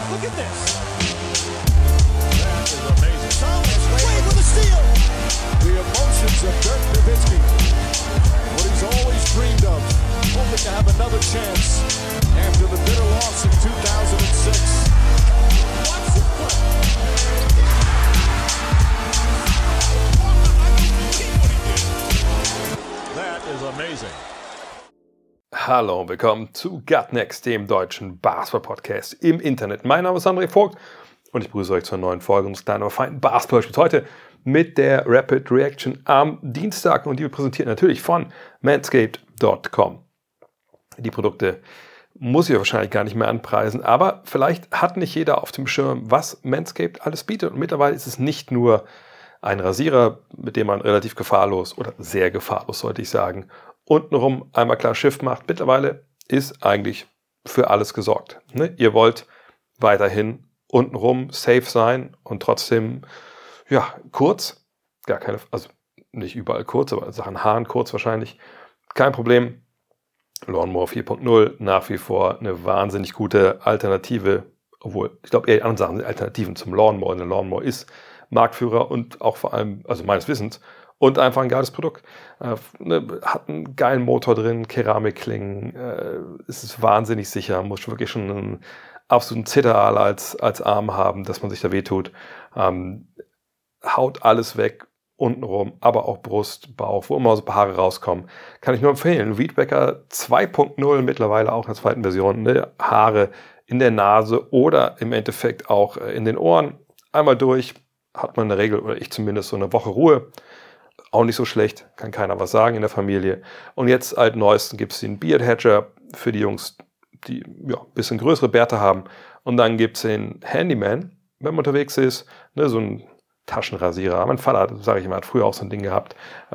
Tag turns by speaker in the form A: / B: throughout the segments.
A: Look at this. That is amazing. Thomas Wade with a steal. The emotions of Dirk Nowitzki. What he's always dreamed of. Hoping to have another chance after the bitter loss in 2006. Watch this play. That is amazing.
B: Hallo und willkommen zu Gut Next, dem deutschen Basketball-Podcast im Internet. Mein Name ist André Vogt und ich begrüße euch zur neuen Folge unseres kleinen, aber feinen Basketball-Spiels heute mit der Rapid Reaction am Dienstag und die wird präsentiert natürlich von Manscaped.com. Die Produkte muss ich wahrscheinlich gar nicht mehr anpreisen, aber vielleicht hat nicht jeder auf dem Schirm, was Manscaped alles bietet. Und mittlerweile ist es nicht nur ein Rasierer, mit dem man relativ gefahrlos oder sehr gefahrlos, sollte ich sagen, untenrum einmal klar Shift macht. Mittlerweile ist eigentlich für alles gesorgt. Ne? Ihr wollt weiterhin untenrum safe sein und trotzdem kurz, gar keine, also nicht überall kurz, aber Sachen Haaren kurz wahrscheinlich, kein Problem. Lawnmower 4.0 nach wie vor eine wahnsinnig gute Alternative, obwohl ich glaube eher die anderen Sachen sind Alternativen zum Lawnmower. Der Lawnmower ist Marktführer und auch vor allem, also meines Wissens, und einfach ein geiles Produkt. Hat einen geilen Motor drin, Keramikklingen, ist wahnsinnig sicher, muss wirklich schon einen absoluten Zitteraal als Arm haben, dass man sich da wehtut. Haut alles weg, untenrum, aber auch Brust, Bauch, wo immer so ein paar Haare rauskommen. Kann ich nur empfehlen. Weedwacker 2.0 mittlerweile auch in der zweiten Version. Ne? Haare in der Nase oder im Endeffekt auch in den Ohren. Einmal durch, hat man in der Regel, oder ich zumindest, so eine Woche Ruhe. Auch nicht so schlecht, kann keiner was sagen in der Familie. Und jetzt als neuesten gibt es den Beard Hedger für die Jungs, die ein bisschen größere Bärte haben. Und dann gibt es den Handyman, wenn man unterwegs ist, ne, so ein Taschenrasierer. Mein Vater, sage ich immer, hat früher auch so ein Ding gehabt.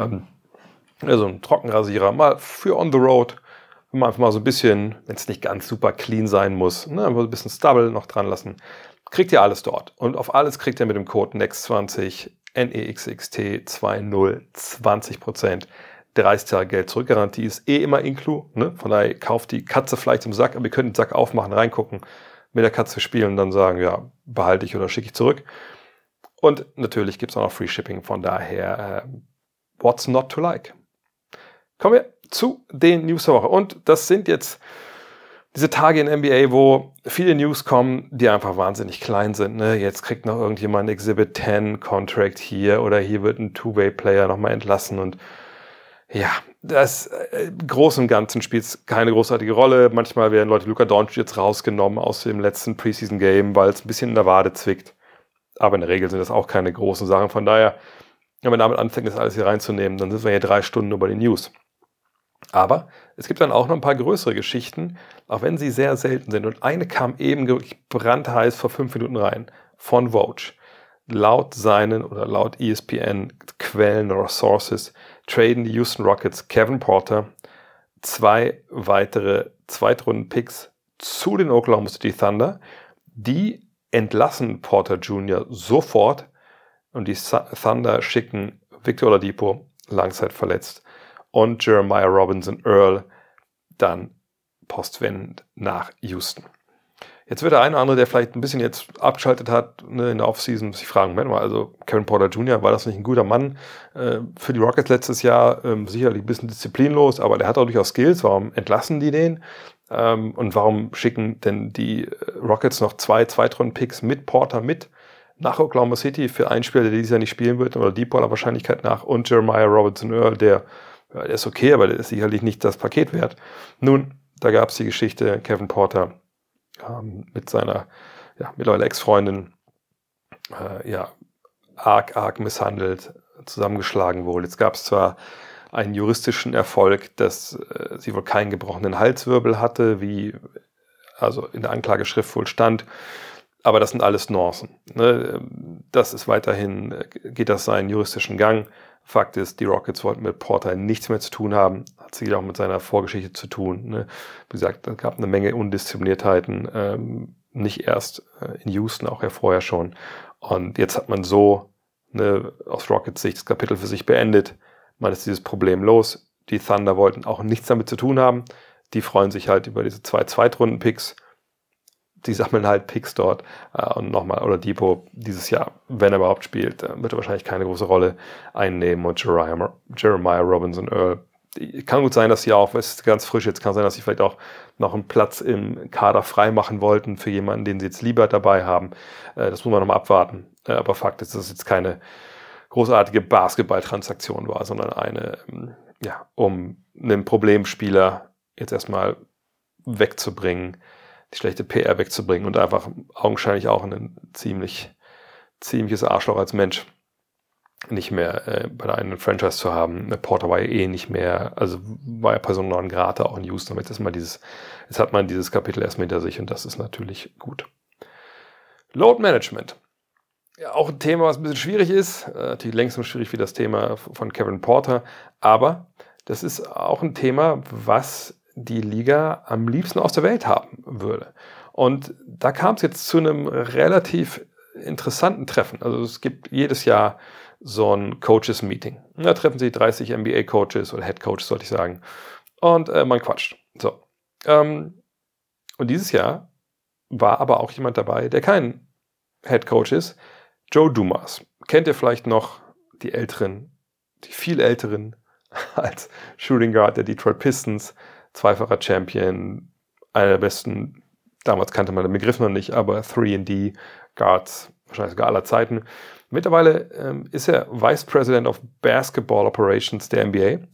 B: So ein Trockenrasierer, mal für on the road. Wenn man einfach mal so ein bisschen, wenn es nicht ganz super clean sein muss, ne, einfach so ein bisschen Stubble noch dran lassen. Kriegt ihr alles dort. Und auf alles kriegt ihr mit dem Code NEXT20 NEXXT 20 20%. 30 Tage Geld zurückgarantie ist immer inclu. Ne? Von daher kauft die Katze vielleicht im Sack, aber ihr könnt den Sack aufmachen, reingucken, mit der Katze spielen und dann sagen, ja, behalte ich oder schicke ich zurück. Und natürlich gibt es auch noch Free Shipping, von daher what's not to like. Kommen wir zu den News der Woche. Und das sind jetzt diese Tage in NBA, wo viele News kommen, die einfach wahnsinnig klein sind. Ne? Jetzt kriegt noch irgendjemand einen Exhibit 10 Contract hier oder hier wird ein Two-Way-Player nochmal entlassen. Und ja, das Großen und Ganzen spielt es keine großartige Rolle. Manchmal werden Leute Luka Doncic jetzt rausgenommen aus dem letzten Preseason-Game, weil es ein bisschen in der Wade zwickt. Aber in der Regel sind das auch keine großen Sachen. Von daher, wenn man damit anfängt, das alles hier reinzunehmen, dann sind wir hier 3 Stunden über die News. Aber es gibt dann auch noch ein paar größere Geschichten, auch wenn sie sehr selten sind. Und eine kam eben wirklich brandheiß vor 5 Minuten rein von Woj. Laut ESPN-Quellen oder Sources traden die Houston Rockets Kevin Porter 2 weitere Zweitrunden-Picks zu den Oklahoma City Thunder. Die entlassen Porter Jr. sofort und die Thunder schicken Victor Oladipo, langzeitverletzt, und Jeremiah Robinson-Earl dann postwendend nach Houston. Jetzt wird der eine oder andere, der vielleicht ein bisschen jetzt abgeschaltet hat, ne, in der Offseason, sich fragen, Moment mal, also Kevin Porter Jr., war das nicht ein guter Mann für die Rockets letztes Jahr? Sicherlich ein bisschen disziplinlos, aber der hat auch durchaus Skills. Warum entlassen die den? Und warum schicken denn die Rockets noch 2 Zweitrunden-Picks mit Porter mit nach Oklahoma City für einen Spieler, der dieses Jahr nicht spielen wird, oder die aller Wahrscheinlichkeit nach, und Jeremiah Robinson-Earl, der ist okay, aber der ist sicherlich nicht das Paket wert. Nun, da gab es die Geschichte, Kevin Porter mit seiner mittlerweile Ex-Freundin arg misshandelt, zusammengeschlagen wohl. Jetzt gab es zwar einen juristischen Erfolg, dass sie wohl keinen gebrochenen Halswirbel hatte, wie also in der Anklageschrift wohl stand, aber das sind alles Nuancen. Ne? Das ist weiterhin, geht das seinen juristischen Gang. Fakt ist, die Rockets wollten mit Porter nichts mehr zu tun haben. Hat sicher auch mit seiner Vorgeschichte zu tun. Ne? Wie gesagt, es gab eine Menge Undiszipliniertheiten. Nicht erst in Houston, auch ja vorher schon. Und jetzt hat man so aus Rockets Sicht das Kapitel für sich beendet. Man ist dieses Problem los. Die Thunder wollten auch nichts damit zu tun haben. Die freuen sich halt über diese 2 Zweitrunden-Picks. die sammeln halt Picks dort und nochmal Oladipo dieses Jahr, wenn er überhaupt spielt, wird er wahrscheinlich keine große Rolle einnehmen und Jeremiah Robinson Earl. Kann gut sein, dass sie auch, es ist ganz frisch, jetzt kann sein, dass sie vielleicht auch noch einen Platz im Kader frei machen wollten für jemanden, den sie jetzt lieber dabei haben. Das muss man nochmal abwarten. Aber Fakt ist, dass es jetzt keine großartige Basketball-Transaktion war, sondern eine, um einen Problemspieler jetzt erstmal wegzubringen, die schlechte PR wegzubringen und einfach augenscheinlich auch ein ziemliches Arschloch als Mensch nicht mehr bei der einen Franchise zu haben. Porter war ja nicht mehr, also war ja Person non grata auch in Houston. Jetzt hat man dieses Kapitel erstmal hinter sich und das ist natürlich gut. Load Management. Ja, auch ein Thema, was ein bisschen schwierig ist. Natürlich längst so schwierig wie das Thema von Kevin Porter. Aber das ist auch ein Thema, was die Liga am liebsten aus der Welt haben würde. Und da kam es jetzt zu einem relativ interessanten Treffen. Also es gibt jedes Jahr so ein Coaches-Meeting. Da treffen sich 30 NBA-Coaches oder Head-Coaches, sollte ich sagen. Und man quatscht. So. Und dieses Jahr war aber auch jemand dabei, der kein Head-Coach ist. Joe Dumas. Kennt ihr vielleicht noch die viel älteren als Shooting Guard der Detroit Pistons, zweifacher Champion, einer der besten, damals kannte man den Begriff noch nicht, aber 3&D Guards, wahrscheinlich sogar aller Zeiten. Mittlerweile ist er Vice President of Basketball Operations der NBA.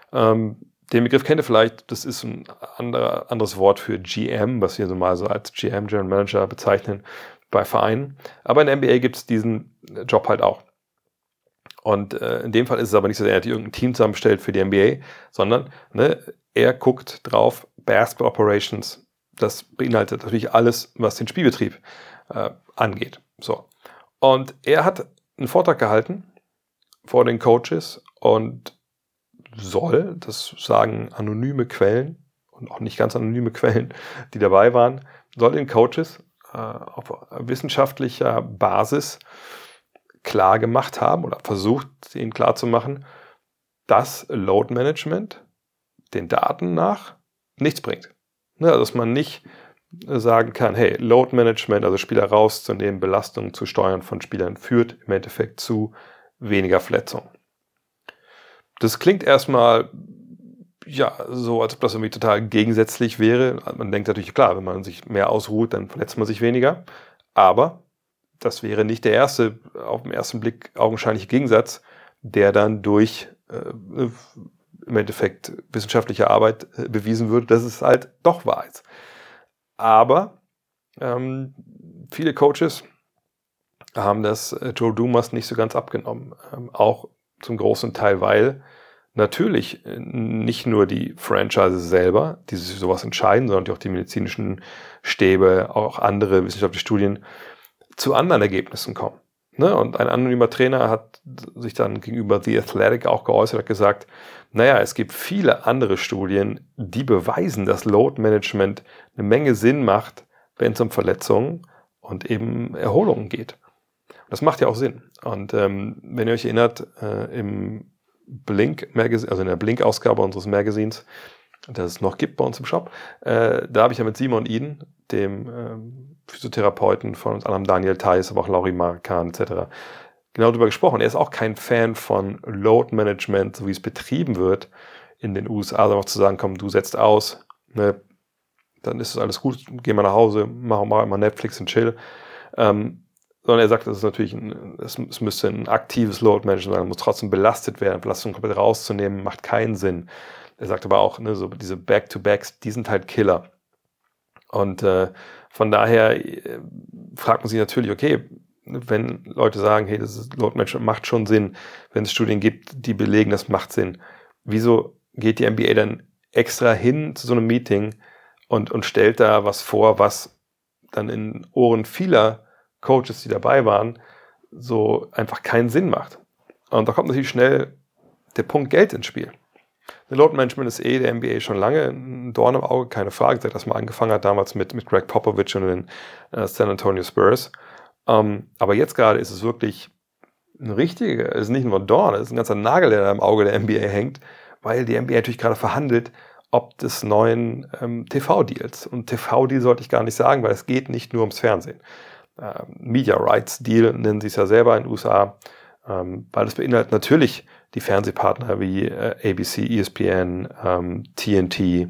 B: Den Begriff kennt ihr vielleicht, das ist ein anderes Wort für GM, was wir so mal so als GM, General Manager bezeichnen bei Vereinen. Aber in der NBA gibt es diesen Job halt auch. Und in dem Fall ist es aber nicht so, dass er irgendein Team zusammenstellt für die NBA, sondern er guckt drauf, Basketball Operations, das beinhaltet natürlich alles, was den Spielbetrieb angeht. So. Und er hat einen Vortrag gehalten vor den Coaches und soll, das sagen anonyme Quellen und auch nicht ganz anonyme Quellen, die dabei waren, soll den Coaches auf wissenschaftlicher Basis klar gemacht haben oder versucht, ihnen klar zu machen, dass Load Management den Daten nach nichts bringt. Also, dass man nicht sagen kann, hey, Load Management, also Spieler rauszunehmen, Belastungen zu steuern von Spielern, führt im Endeffekt zu weniger Verletzungen. Das klingt erstmal so, als ob das irgendwie total gegensätzlich wäre. Man denkt natürlich, klar, wenn man sich mehr ausruht, dann verletzt man sich weniger. Aber das wäre nicht der erste, auf den ersten Blick augenscheinliche Gegensatz, der dann durch im Endeffekt wissenschaftliche Arbeit bewiesen würde, dass es halt doch wahr ist. Aber viele Coaches haben das Joe Dumas nicht so ganz abgenommen. Auch zum großen Teil, weil natürlich nicht nur die Franchises selber, die sich sowas entscheiden, sondern auch die medizinischen Stäbe, auch andere wissenschaftliche Studien zu anderen Ergebnissen kommen. Und ein anonymer Trainer hat sich dann gegenüber The Athletic auch geäußert, hat gesagt, es gibt viele andere Studien, die beweisen, dass Load Management eine Menge Sinn macht, wenn es um Verletzungen und eben Erholungen geht. Das macht ja auch Sinn. Und wenn ihr euch erinnert, im Blink-Magazin, also in der Blink-Ausgabe unseres Magazins, das es noch gibt bei uns im Shop, da habe ich ja mit Simon Eden, dem Physiotherapeuten von uns anderem Daniel Theiss, aber auch Lauri Markan etc., genau darüber gesprochen. Er ist auch kein Fan von Load Management, so wie es betrieben wird in den USA, sondern auch zu sagen, komm, du setzt aus, dann ist es alles gut, geh mal nach Hause, mach mal Netflix und chill. Sondern er sagt, das ist natürlich es müsste ein aktives Load Management sein, muss trotzdem belastet werden, Belastung komplett rauszunehmen, macht keinen Sinn. Er sagt aber auch, so diese Back-to-Backs, die sind halt Killer. Und von daher fragt man sich natürlich, okay, wenn Leute sagen, hey, das ist Load Management macht schon Sinn, wenn es Studien gibt, die belegen, das macht Sinn, wieso geht die NBA dann extra hin zu so einem Meeting und stellt da was vor, was dann in Ohren vieler Coaches, die dabei waren, so einfach keinen Sinn macht. Und da kommt natürlich schnell der Punkt Geld ins Spiel. Load Management ist der NBA schon lange ein Dorn im Auge, keine Frage, seit das mal angefangen hat, damals mit Greg Popovich und den San Antonio Spurs. Aber jetzt gerade ist es wirklich ein richtiger, es ist nicht nur ein Dorn, es ist ein ganzer Nagel, der da im Auge der NBA hängt, weil die NBA natürlich gerade verhandelt, ob des neuen TV-Deals. Und TV-Deal sollte ich gar nicht sagen, weil es geht nicht nur ums Fernsehen. Media Rights Deal nennen sie es ja selber in den USA, weil es beinhaltet natürlich die Fernsehpartner wie ABC, ESPN, TNT,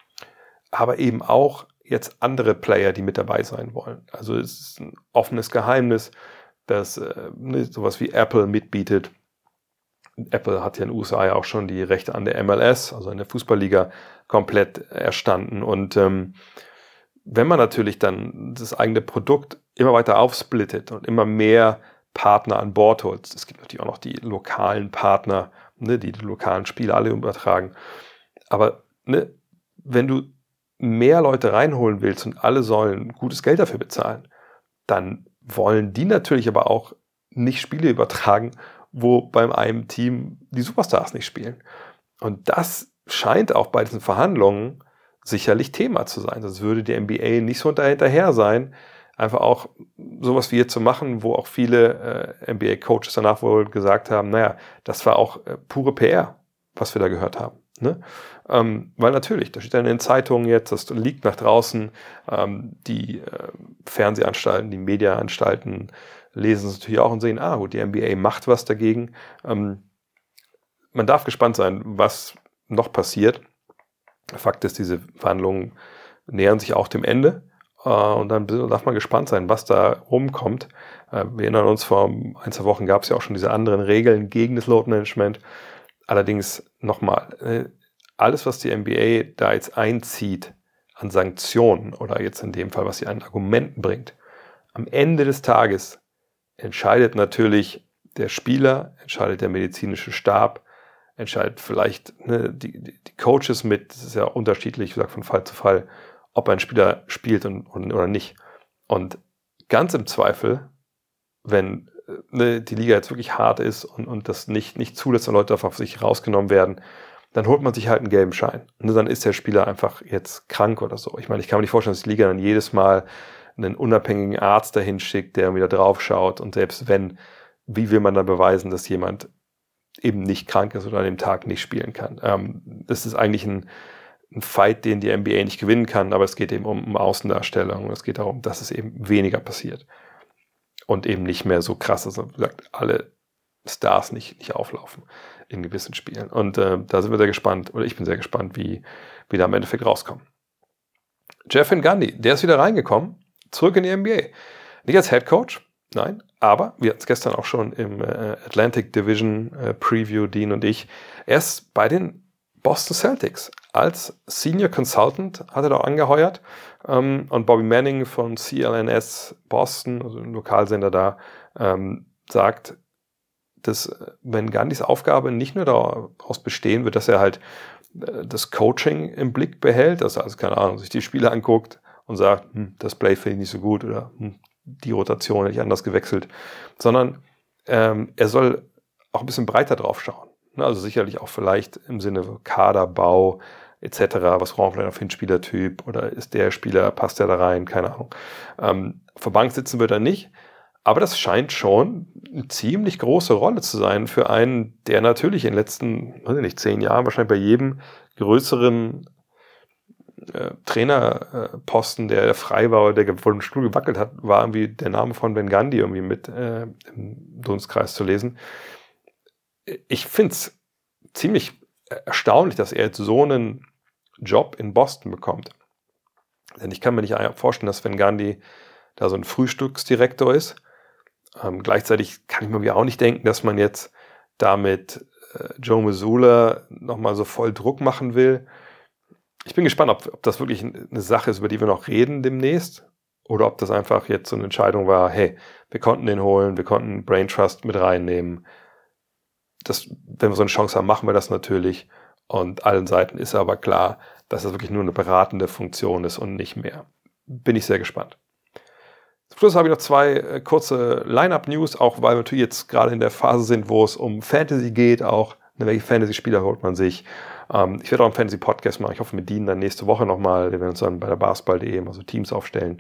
B: aber eben auch jetzt andere Player, die mit dabei sein wollen. Also es ist ein offenes Geheimnis, dass sowas wie Apple mitbietet. Apple hat ja in den USA ja auch schon die Rechte an der MLS, also an der Fußballliga, komplett erstanden. Und wenn man natürlich dann das eigene Produkt immer weiter aufsplittet und immer mehr Partner an Bord holt, es gibt natürlich auch noch die lokalen Partner, die lokalen Spiele alle übertragen. Aber wenn du mehr Leute reinholen willst und alle sollen gutes Geld dafür bezahlen, dann wollen die natürlich aber auch nicht Spiele übertragen, wo beim einem Team die Superstars nicht spielen. Und das scheint auch bei diesen Verhandlungen sicherlich Thema zu sein. Sonst würde die NBA nicht so hinterher sein, einfach auch sowas wie jetzt zu machen, wo auch viele NBA-Coaches danach wohl gesagt haben, naja, das war auch pure PR, was wir da gehört haben. Ne? Weil natürlich, da steht dann in den Zeitungen jetzt, das liegt nach draußen, die Fernsehanstalten, die Mediaanstalten lesen es natürlich auch und sehen, gut, die NBA macht was dagegen. Man darf gespannt sein, was noch passiert. Fakt ist, diese Verhandlungen nähern sich auch dem Ende. Und dann darf man gespannt sein, was da rumkommt. Wir erinnern uns, vor 1-2 Wochen gab es ja auch schon diese anderen Regeln gegen das Load Management. Allerdings nochmal, alles, was die NBA da jetzt einzieht an Sanktionen oder jetzt in dem Fall, was sie an Argumenten bringt, am Ende des Tages entscheidet natürlich der Spieler, entscheidet der medizinische Stab, entscheidet vielleicht die Coaches mit, das ist ja unterschiedlich, wie gesagt, von Fall zu Fall, ob ein Spieler spielt oder nicht. Und ganz im Zweifel, wenn die Liga jetzt wirklich hart ist und das nicht zulässt und Leute auf sich rausgenommen werden, dann holt man sich halt einen gelben Schein. Und dann ist der Spieler einfach jetzt krank oder so. Ich meine, ich kann mir nicht vorstellen, dass die Liga dann jedes Mal einen unabhängigen Arzt dahin schickt, der wieder drauf schaut. Und selbst wenn, wie will man dann beweisen, dass jemand eben nicht krank ist oder an dem Tag nicht spielen kann? Das ist eigentlich ein Fight, den die NBA nicht gewinnen kann, aber es geht eben um Außendarstellung und es geht darum, dass es eben weniger passiert und eben nicht mehr so krass ist, wie gesagt, alle Stars nicht auflaufen in gewissen Spielen. Und da sind wir sehr gespannt, oder ich bin sehr gespannt, wie da im Endeffekt rauskommen. Jeff Van Gundy, der ist wieder reingekommen, zurück in die NBA. Nicht als Head Coach, nein, aber wir hatten es gestern auch schon im Atlantic Division Preview, Dean und ich. Er ist bei den Boston Celtics als Senior Consultant hat er da angeheuert und Bobby Manning von CLNS Boston, also ein Lokalsender da, sagt, dass Van Gundys Aufgabe nicht nur daraus bestehen wird, dass er halt das Coaching im Blick behält, dass er also, keine Ahnung, sich die Spiele anguckt und sagt, das Play finde ich nicht so gut oder die Rotation hätte ich anders gewechselt, sondern er soll auch ein bisschen breiter drauf schauen. Also sicherlich auch vielleicht im Sinne von Kaderbau etc., was brauchen wir denn für einen Spielertyp oder ist der Spieler, passt der da rein, keine Ahnung. Auf der Bank sitzen wird er nicht, aber das scheint schon eine ziemlich große Rolle zu sein für einen, der natürlich in den letzten, 10 Jahren wahrscheinlich bei jedem größeren Trainerposten, der frei war oder der vor dem Stuhl gewackelt hat, war irgendwie der Name von Van Gundy irgendwie mit im Dunstkreis zu lesen. Ich finde es ziemlich erstaunlich, dass er jetzt so einen Job in Boston bekommt. Denn ich kann mir nicht vorstellen, dass Van Gundy da so ein Frühstücksdirektor ist. Gleichzeitig kann ich mir auch nicht denken, dass man jetzt damit Joe Mazzulla nochmal so voll Druck machen will. Ich bin gespannt, ob das wirklich eine Sache ist, über die wir noch reden demnächst. Oder ob das einfach jetzt so eine Entscheidung war, hey, wir konnten den holen, wir konnten Brain Trust mit reinnehmen. Wenn wir so eine Chance haben, machen wir das natürlich. Und allen Seiten ist aber klar, dass das wirklich nur eine beratende Funktion ist und nicht mehr. Bin ich sehr gespannt. Zum Schluss habe ich noch 2 kurze Line-Up-News, auch weil wir natürlich jetzt gerade in der Phase sind, wo es um Fantasy geht, auch welche Fantasy-Spieler holt man sich. Ich werde auch einen Fantasy-Podcast machen, ich hoffe mit Dean dann nächste Woche nochmal, wir werden uns dann bei der Basketball.de mal so Teams aufstellen.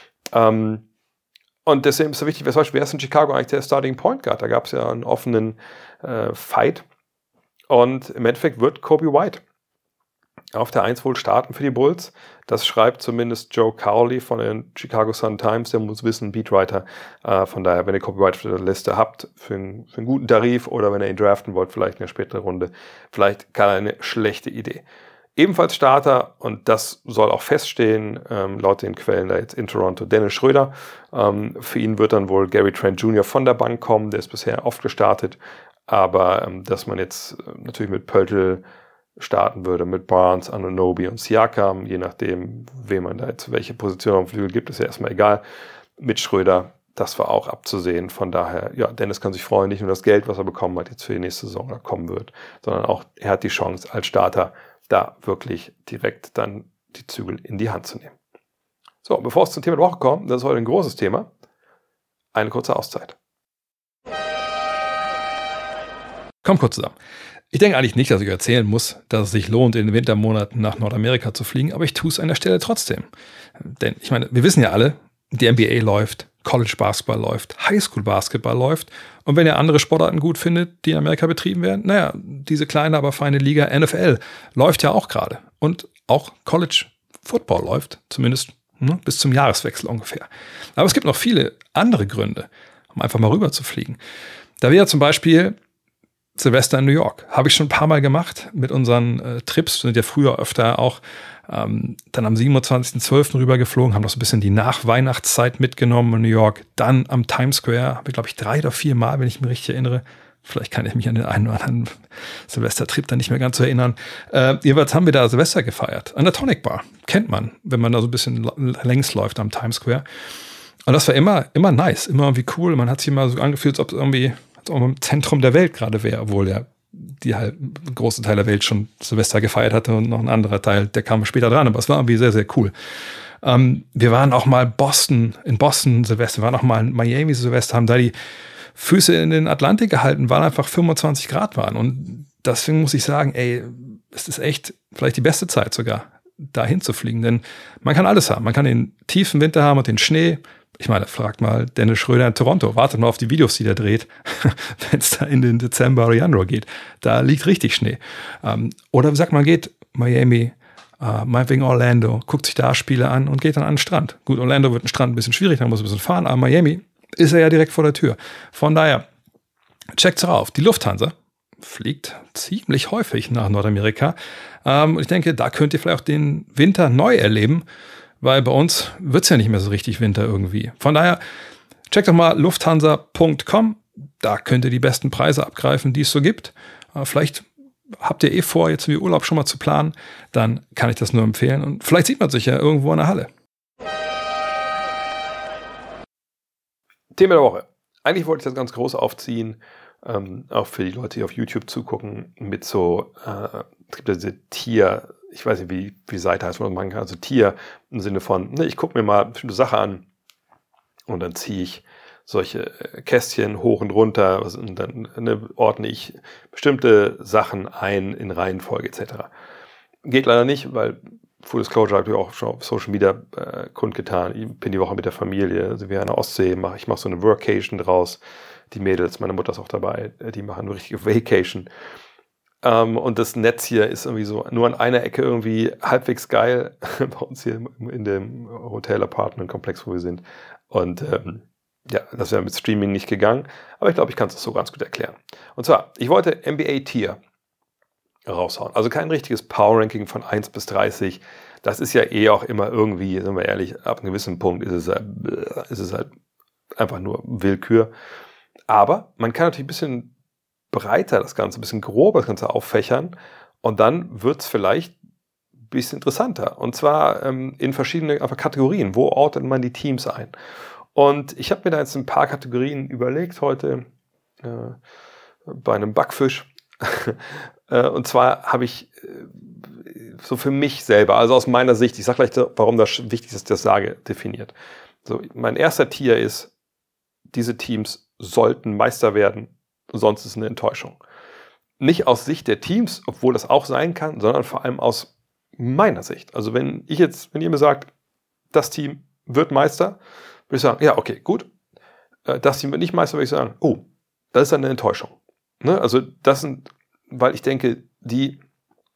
B: Und deswegen ist es wichtig, wer ist in Chicago eigentlich der Starting Point Guard? Da gab es ja einen offenen Fight. Und im Endeffekt wird Kobe White auf der 1 wohl starten für die Bulls. Das schreibt zumindest Joe Cowley von den Chicago Sun-Times, der muss wissen, Beatwriter. Von daher, wenn ihr Copyright für die Liste habt, für einen guten Tarif oder wenn ihr ihn draften wollt, vielleicht in der späteren Runde, vielleicht keine schlechte Idee. Ebenfalls Starter, und das soll auch feststehen, laut den Quellen da jetzt in Toronto, Dennis Schröder. Für ihn wird dann wohl Gary Trent Jr. von der Bank kommen, der ist bisher oft gestartet. Aber dass man jetzt natürlich mit Pöltl starten würde, mit Barnes, Anunoby und Siakam, je nachdem, wem man da jetzt welche Position auf dem Flügel gibt, ist ja erstmal egal. Mit Schröder, das war auch abzusehen. Von daher, ja, Dennis kann sich freuen, nicht nur das Geld, was er bekommen hat, jetzt für die nächste Saison da kommen wird, sondern auch, er hat die Chance als Starter, da wirklich direkt dann die Zügel in die Hand zu nehmen. So, bevor es zum Thema der Woche kommt, das ist heute ein großes Thema, eine kurze Auszeit.
C: Kommt kurz zusammen. Ich denke eigentlich nicht, dass ich erzählen muss, dass es sich lohnt, in den Wintermonaten nach Nordamerika zu fliegen, aber ich tue es an der Stelle trotzdem. Denn ich meine, wir wissen ja alle, die NBA läuft, College Basketball läuft, Highschool Basketball läuft, und wenn ihr andere Sportarten gut findet, die in Amerika betrieben werden, naja, diese kleine, aber feine Liga NFL läuft ja auch gerade. Und auch College Football läuft, zumindest bis zum Jahreswechsel ungefähr. Aber es gibt noch viele andere Gründe, um einfach mal rüber zu fliegen. Da wäre zum Beispiel Silvester in New York. Habe ich schon ein paar Mal gemacht mit unseren Trips. Wir sind ja früher öfter auch dann am 27.12. rübergeflogen, haben noch so ein bisschen die Nachweihnachtszeit mitgenommen in New York. Dann am Times Square, habe ich glaube ich 3 oder 4 Mal, wenn ich mich richtig erinnere. Vielleicht kann ich mich an den einen oder anderen Silvestertrip dann nicht mehr ganz so erinnern. Jeweils haben wir da Silvester gefeiert. An der Tonic Bar. Kennt man, wenn man da so ein bisschen längs läuft am Times Square. Und das war immer nice, immer irgendwie cool. Man hat sich immer so angefühlt, als ob es irgendwie im Zentrum der Welt gerade wäre, obwohl der große Teil der Welt schon Silvester gefeiert hatte und noch ein anderer Teil, der kam später dran, aber es war irgendwie sehr, sehr cool. Wir waren auch mal in Boston Silvester, wir waren auch mal in Miami Silvester, haben da die Füße in den Atlantik gehalten, weil einfach 25 Grad waren, und deswegen muss ich sagen, es ist echt vielleicht die beste Zeit sogar, dahin zu fliegen, denn man kann alles haben. Man kann den tiefen Winter haben und den Schnee. Ich meine, fragt mal Dennis Schröder in Toronto. Wartet mal auf die Videos, die der dreht, wenn es da in den Dezember oder Januar geht. Da liegt richtig Schnee. Oder sagt man, geht Miami, meinetwegen Orlando, guckt sich da Spiele an und geht dann an den Strand. Gut, Orlando wird ein Strand ein bisschen schwierig, da muss ein bisschen fahren, aber Miami ist er ja direkt vor der Tür. Von daher, checkt's drauf. Die Lufthansa fliegt ziemlich häufig nach Nordamerika. Und ich denke, da könnt ihr vielleicht auch den Winter neu erleben, weil bei uns wird es ja nicht mehr so richtig Winter irgendwie. Von daher, checkt doch mal lufthansa.com. Da könnt ihr die besten Preise abgreifen, die es so gibt. Vielleicht habt ihr vor, jetzt wie Urlaub schon mal zu planen. Dann kann ich das nur empfehlen. Und vielleicht sieht man sich ja irgendwo in der Halle.
B: Thema der Woche. Eigentlich wollte ich das ganz groß aufziehen, auch für die Leute, die auf YouTube zugucken, mit so, es gibt ja diese Tier, ich weiß nicht, wie die Seite heißt, wo man machen kann, also Tier im Sinne von, ich gucke mir mal eine bestimmte Sache an und dann ziehe ich solche Kästchen hoch und runter und dann ordne ich bestimmte Sachen ein in Reihenfolge etc. Geht leider nicht, weil Full Disclosure habe ich auch schon auf Social Media kundgetan. Ich bin die Woche mit der Familie, also wir an der Ostsee, ich mache so eine Workation draus. Die Mädels, meine Mutter ist auch dabei, die machen eine richtige Vacation. Und das Netz hier ist irgendwie so nur an einer Ecke irgendwie halbwegs geil, bei uns hier in dem Hotel-Apartment-Komplex, wo wir sind. Und das wäre mit Streaming nicht gegangen, aber ich glaube, ich kann es so ganz gut erklären. Und zwar, ich wollte NBA-Tier raushauen. Also kein richtiges Power-Ranking von 1 bis 30. Das ist ja auch immer irgendwie, sind wir ehrlich, ab einem gewissen Punkt ist es halt einfach nur Willkür. Aber man kann natürlich ein bisschen breiter das Ganze, ein bisschen grober das Ganze auffächern und dann wird es vielleicht ein bisschen interessanter. Und zwar in verschiedene Kategorien. Wo ordnet man die Teams ein? Und ich habe mir da jetzt ein paar Kategorien überlegt heute bei einem Backfisch. Und zwar habe ich so für mich selber, also aus meiner Sicht, ich sage gleich, warum das wichtig ist, dass ich das sage, definiert. So, mein erster Tier ist, diese Teams sollten Meister werden, sonst ist es eine Enttäuschung. Nicht aus Sicht der Teams, obwohl das auch sein kann, sondern vor allem aus meiner Sicht. Also wenn ihr mir sagt, das Team wird Meister, würde ich sagen, ja, okay, gut. Das Team wird nicht Meister, würde ich sagen, oh, das ist eine Enttäuschung. Ne? Also das sind, weil ich denke, die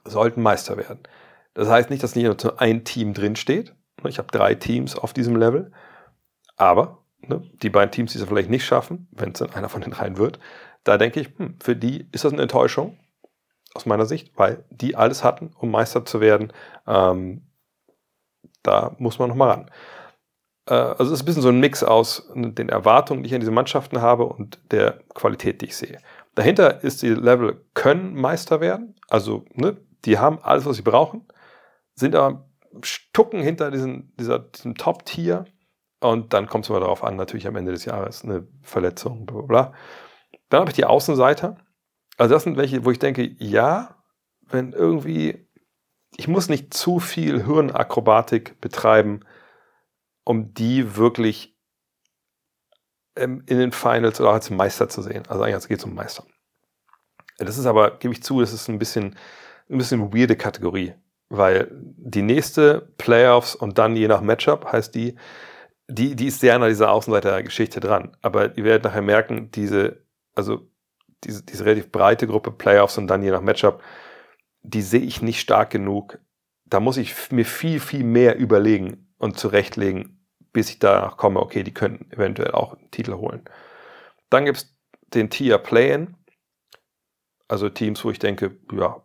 B: sollten Meister werden. Das heißt nicht, dass nicht nur ein Team drin steht. Ich habe 3 Teams auf diesem Level. Aber die beiden Teams, die es vielleicht nicht schaffen, wenn es dann einer von den 3 wird, da denke ich, für die ist das eine Enttäuschung, aus meiner Sicht, weil die alles hatten, um Meister zu werden. Da muss man nochmal ran. Also es ist ein bisschen so ein Mix aus den Erwartungen, die ich an diese Mannschaften habe und der Qualität, die ich sehe. Dahinter ist die Level, können Meister werden. Also die haben alles, was sie brauchen, sind aber Stucken hinter diesem Top-Tier. Und dann kommt es immer darauf an, natürlich am Ende des Jahres, eine Verletzung, bla bla bla. Dann habe ich die Außenseiter. Also das sind welche, wo ich denke, ja, wenn irgendwie, ich muss nicht zu viel Hirnakrobatik betreiben, um die wirklich in den Finals oder auch als Meister zu sehen. Also eigentlich geht es um Meister. Das ist aber, gebe ich zu, das ist ein bisschen weirde Kategorie, weil die nächste Playoffs und dann je nach Matchup heißt die ist sehr an dieser Außenseiter-Geschichte dran. Aber ihr werdet nachher merken, diese relativ breite Gruppe Playoffs und dann je nach Matchup, die sehe ich nicht stark genug. Da muss ich mir viel, viel mehr überlegen und zurechtlegen, bis ich danach komme, okay, die könnten eventuell auch einen Titel holen. Dann gibt es den Tier Play-In, also Teams, wo ich denke,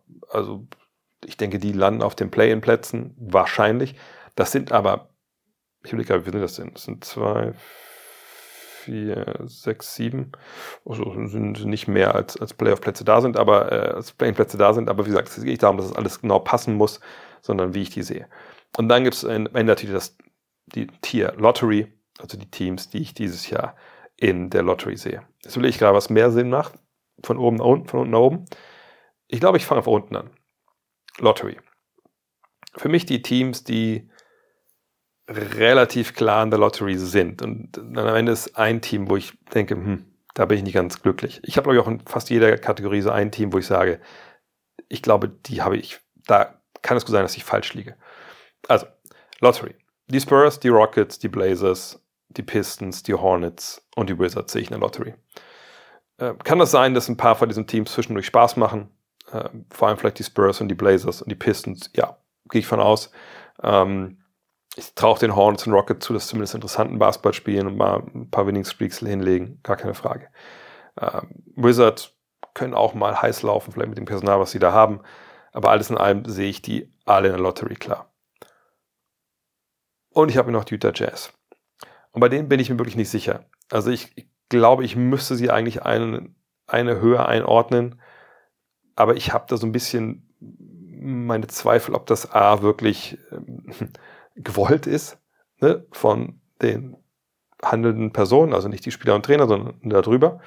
B: die landen auf den Play-In-Plätzen, wahrscheinlich. Das sind aber, ich überlege gerade, wie sind das denn? Das sind 2, 4, 6, 7. Also sind nicht mehr als Playoff-Plätze da sind, aber als Play-In-Plätze da sind. Aber wie gesagt, es geht nicht darum, dass es alles genau passen muss, sondern wie ich die sehe. Und dann gibt es am Ende natürlich die Tier Lottery, also die Teams, die ich dieses Jahr in der Lottery sehe. Jetzt überlege ich gerade, was mehr Sinn macht. Von oben nach unten, von unten nach oben. Ich glaube, ich fange von unten an. Lottery. Für mich die Teams, die relativ klar in der Lottery sind. Und dann am Ende ist ein Team, wo ich denke, da bin ich nicht ganz glücklich. Ich habe, glaube ich, auch in fast jeder Kategorie so ein Team, wo ich sage, ich glaube, die habe ich, da kann es gut sein, dass ich falsch liege. Also, Lottery. Die Spurs, die Rockets, die Blazers, die Pistons, die Hornets und die Wizards sehe ich in der Lottery. Kann das sein, dass ein paar von diesen Teams zwischendurch Spaß machen? Vor allem vielleicht die Spurs und die Blazers und die Pistons. Ja, gehe ich von aus. Ich traue den Hornets und Rockets zu, dass sie zumindest interessanten Basketball spielen und mal ein paar Winning Streaks hinlegen. Gar keine Frage. Wizards können auch mal heiß laufen, vielleicht mit dem Personal, was sie da haben. Aber alles in allem sehe ich die alle in der Lottery klar. Und ich habe noch die Utah Jazz. Und bei denen bin ich mir wirklich nicht sicher. Also ich glaube, ich müsste sie eigentlich eine höher einordnen. Aber ich habe da so ein bisschen meine Zweifel, ob das A wirklich gewollt ist, von den handelnden Personen, also nicht die Spieler und Trainer, sondern darüber.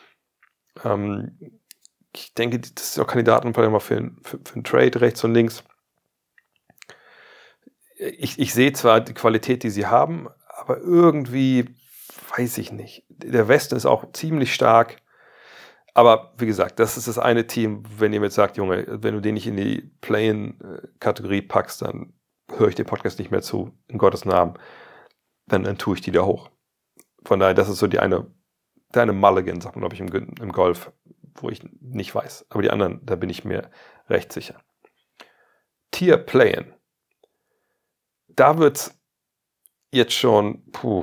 B: Ich denke, das sind auch Kandidaten vielleicht mal für einen Trade rechts und links. Ich sehe zwar die Qualität, die sie haben, aber irgendwie weiß ich nicht. Der Westen ist auch ziemlich stark. Aber wie gesagt, das ist das eine Team, wenn ihr mir jetzt sagt, Junge, wenn du den nicht in die Play-In-Kategorie packst, dann höre ich den Podcast nicht mehr zu, in Gottes Namen. Dann tue ich die da hoch. Von daher, das ist so der eine Mulligan, sagt man, glaube ich, im Golf, wo ich nicht weiß. Aber die anderen, da bin ich mir recht sicher. Tier Play-In. Da wird es jetzt schon,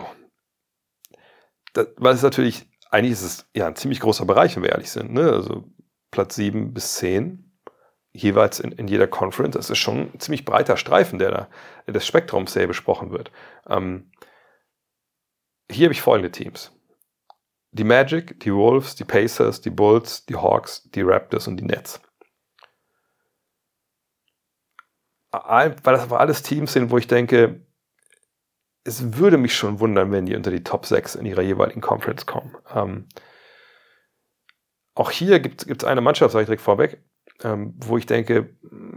B: weil es natürlich, eigentlich ist es ja ein ziemlich großer Bereich, wenn wir ehrlich sind. Also Platz 7 bis 10, jeweils in jeder Conference. Das ist schon ein ziemlich breiter Streifen, der da des Spektrums sehr besprochen wird. Hier habe ich folgende Teams. Die Magic, die Wolves, die Pacers, die Bulls, die Hawks, die Raptors und die Nets. Weil das aber alles Teams sind, wo ich denke, es würde mich schon wundern, wenn die unter die Top 6 in ihrer jeweiligen Conference kommen. Auch hier gibt es eine Mannschaft, sage ich direkt vorweg, wo ich denke,